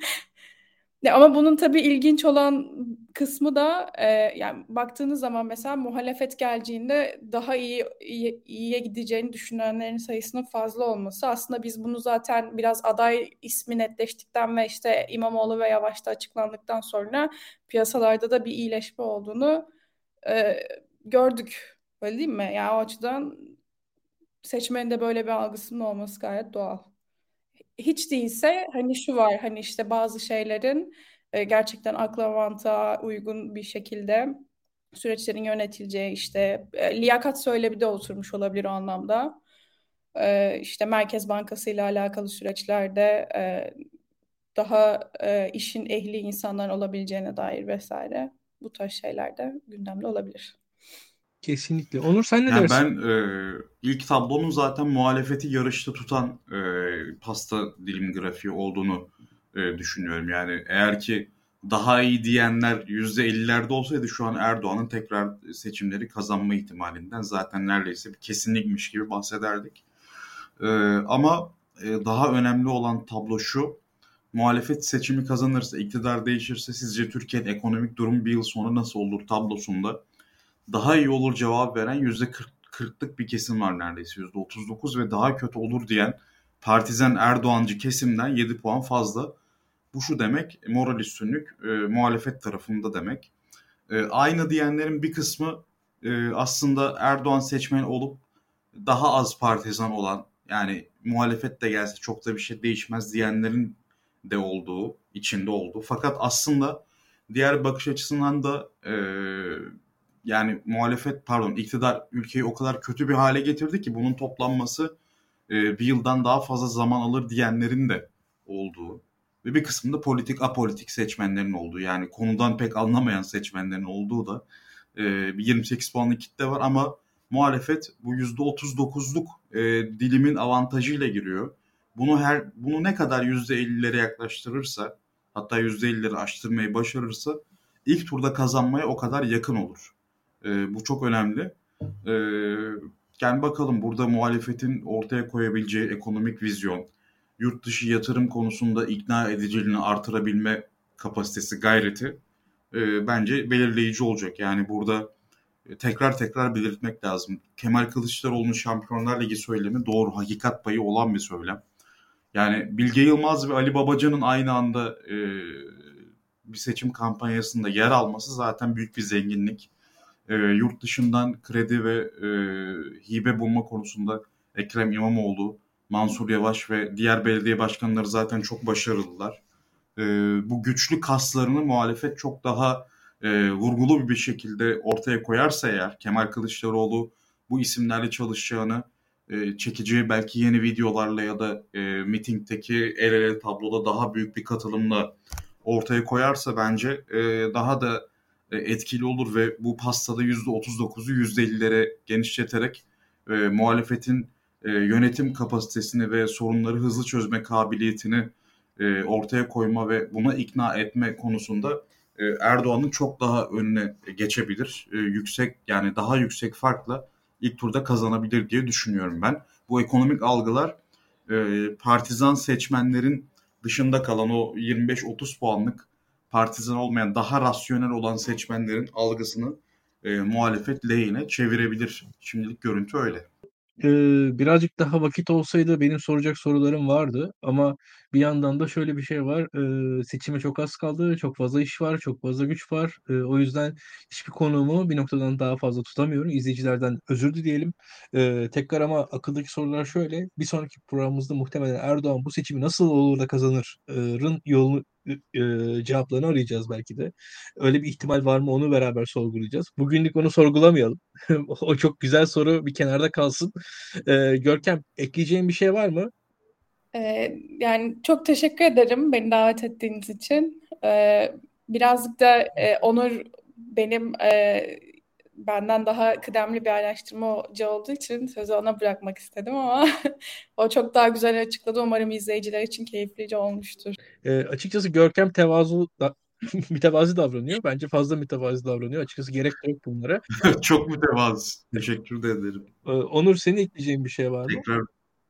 Ya ama bunun tabii ilginç olan kısmı da e, yani baktığınız zaman mesela muhalefet geleceğinde daha iyi, iyi iyiye gideceğini düşünenlerin sayısının fazla olması. Aslında biz bunu zaten biraz aday ismi netleştikten ve işte İmamoğlu ve Yavaş'ta açıklandıktan sonra piyasalarda da bir iyileşme olduğunu e, gördük. Öyle değil mi? Yani o açıdan seçmenin de böyle bir algısının olması gayet doğal. Hiç değilse hani şu var, hani işte bazı şeylerin e, gerçekten akla mantığa uygun bir şekilde süreçlerin yönetileceği, işte e, liyakat söylevi de oturmuş olabilir o anlamda. E, işte Merkez Bankası ile alakalı süreçlerde e, daha e, işin ehli insanlar olabileceğine dair vesaire, bu tarz şeyler de gündemde olabilir. Kesinlikle. Onur, sen ne Yani dersin? ben e, ilk tablonun zaten muhalefeti yarışta tutan e, pasta dilim grafiği olduğunu e, düşünüyorum. Yani eğer ki daha iyi diyenler yüzde ellilerde olsaydı şu an Erdoğan'ın tekrar seçimleri kazanma ihtimalinden zaten neredeyse bir kesinlikmiş gibi bahsederdik. E, ama e, daha önemli olan tablo şu: muhalefet seçimi kazanırsa, iktidar değişirse sizce Türkiye'nin ekonomik durumu bir yıl sonra nasıl olur tablosunda daha iyi olur cevap veren yüzde kırklık bir kesim var neredeyse. yüzde otuz dokuz ve daha kötü olur diyen partizan Erdoğancı kesimden yedi puan fazla. Bu şu demek: moral üstünlük e, muhalefet tarafında demek. E, aynı diyenlerin bir kısmı e, aslında Erdoğan seçmeni olup daha az partizan olan, yani muhalefet de gelse çok da bir şey değişmez diyenlerin de olduğu, içinde olduğu. Fakat aslında diğer bakış açısından da e, yani muhalefet pardon iktidar ülkeyi o kadar kötü bir hale getirdi ki bunun toplanması e, bir yıldan daha fazla zaman alır diyenlerin de olduğu ve bir kısmında politik apolitik seçmenlerin olduğu, yani konudan pek anlamayan seçmenlerin olduğu da e, bir yirmi sekiz puanlık kitle var ama muhalefet bu yüzde otuz dokuzluk e, dilimin avantajıyla giriyor. Bunu her bunu ne kadar yüzde ellilere yaklaştırırsa, hatta yüzde ellileri aştırmayı başarırsa ilk turda kazanmaya o kadar yakın olur. E, bu çok önemli. E, yani bakalım burada muhalefetin ortaya koyabileceği ekonomik vizyon, yurt dışı yatırım konusunda ikna ediciliğini artırabilme kapasitesi, gayreti e, bence belirleyici olacak. Yani burada e, tekrar tekrar belirtmek lazım. Kemal Kılıçdaroğlu'nun Şampiyonlar Ligi söylemi doğru, hakikat payı olan bir söylem. Yani Bilge Yılmaz ve Ali Babacan'ın aynı anda e, bir seçim kampanyasında yer alması zaten büyük bir zenginlik. E, yurt dışından kredi ve e, hibe bulma konusunda Ekrem İmamoğlu, Mansur Yavaş ve diğer belediye başkanları zaten çok başarılılar. E, bu güçlü kaslarını muhalefet çok daha e, vurgulu bir şekilde ortaya koyarsa eğer, Kemal Kılıçdaroğlu bu isimlerle çalışacağını, e, çekeceği belki yeni videolarla ya da e, mitingdeki el ele tabloda daha büyük bir katılımla ortaya koyarsa bence e, daha da e, etkili olur ve bu pastada yüzde otuz dokuzu yüzde ellilere genişleterek e, muhalefetin e, yönetim kapasitesini ve sorunları hızlı çözme kabiliyetini e, ortaya koyma ve buna ikna etme konusunda e, Erdoğan'ın çok daha önüne geçebilir. E, yüksek yani daha yüksek farkla ilk turda kazanabilir diye düşünüyorum ben. Bu ekonomik algılar e, partizan seçmenlerin dışında kalan o yirmi beş otuz puanlık partizan olmayan, daha rasyonel olan seçmenlerin algısını e, muhalefet lehine çevirebilir. Şimdilik görüntü öyle. Ee, birazcık daha vakit olsaydı benim soracak sorularım vardı ama bir yandan da şöyle bir şey var. Ee, seçime çok az kaldı, çok fazla iş var, çok fazla güç var. Ee, o yüzden hiçbir konuğumu bir noktadan daha fazla tutamıyorum. İzleyicilerden özür dileyelim. Ee, tekrar ama akıldaki sorular şöyle. Bir sonraki programımızda muhtemelen Erdoğan bu seçimi nasıl olur da kazanırın yolunu e, cevaplarını arayacağız belki de. Öyle bir ihtimal var mı onu beraber sorgulayacağız. Bugünlük onu sorgulamayalım. O çok güzel soru bir kenarda kalsın. Ee, Görkem, ekleyeceğin bir şey var mı? Ee, yani çok teşekkür ederim beni davet ettiğiniz için. Ee, birazcık da e, Onur benim e, benden daha kıdemli bir araştırmacı olduğu için sözü ona bırakmak istedim ama o çok daha güzel açıkladı. Umarım izleyiciler için keyiflice olmuştur. Ee, açıkçası Görkem tevazu da, mütevazi davranıyor. Bence fazla mütevazi davranıyor. Açıkçası gerek de yok bunlara. Çok mütevazı. Teşekkür de ederim. Ee, Onur, senin ekleyeceğin bir şey var mı? Tekrar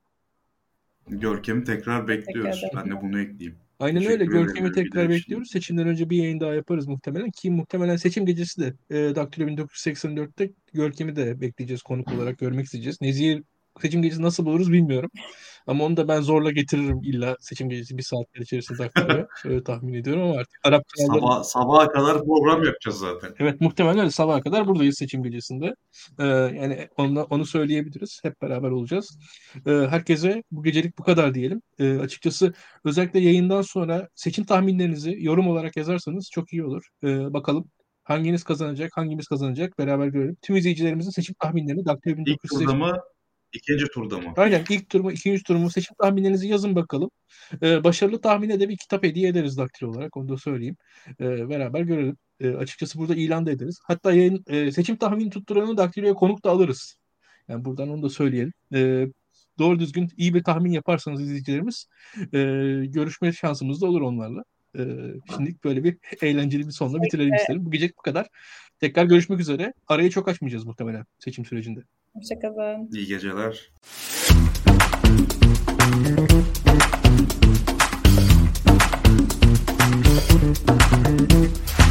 Görkem'i tekrar bekliyoruz. ederim. Ben de bunu ekleyeyim. Aynen Teşekkür öyle. ederim Görkem'i bilgiler tekrar için. bekliyoruz. Seçimden önce bir yayın daha yaparız muhtemelen. Ki muhtemelen seçim gecesi de e, Daktilo bin dokuz yüz seksen dörtte Görkem'i de bekleyeceğiz, konuk olarak görmek isteyeceğiz. Nezih'i seçim gecesi nasıl buluruz bilmiyorum. Ama onu da ben zorla getiririm illa seçim gecesi bir saatler içerisinde Daktilo'ya. Öyle tahmin ediyorum ama artık Arap kanalları... Sabah, sabaha kadar program yapacağız zaten. Evet, muhtemelen öyle, sabaha kadar buradayız seçim gecesinde. Ee, yani onu, onu söyleyebiliriz. Hep beraber olacağız. Ee, herkese bu gecelik bu kadar diyelim. Ee, açıkçası özellikle yayından sonra seçim tahminlerinizi yorum olarak yazarsanız çok iyi olur. Ee, bakalım hanginiz kazanacak, hangimiz kazanacak beraber görelim. Tüm izleyicilerimizin seçim tahminlerini Daktilo bin İlk dokuz yüz seksen... turda mı? İkinci turda mı? Aynen, ilk tur mu, ikinci tur mu, seçim tahminlerinizi yazın bakalım. Ee, başarılı tahmine de bir kitap hediye ederiz Daktilo olarak, onu da söyleyeyim. Ee, beraber görelim. Ee, açıkçası burada ilan da ederiz. Hatta yayın, e, seçim tahmini tutturanı Daktilo'ya konuk da alırız. Yani buradan onu da söyleyelim. Ee, doğru düzgün iyi bir tahmin yaparsanız izleyicilerimiz e, görüşme şansımız da olur onlarla. Ee, şimdilik böyle bir eğlenceli bir sonla bitirelim isterim. Bu gece bu kadar. Tekrar görüşmek üzere. Arayı çok açmayacağız muhtemelen seçim sürecinde. Hoşçakalın. İyi geceler. Thank you.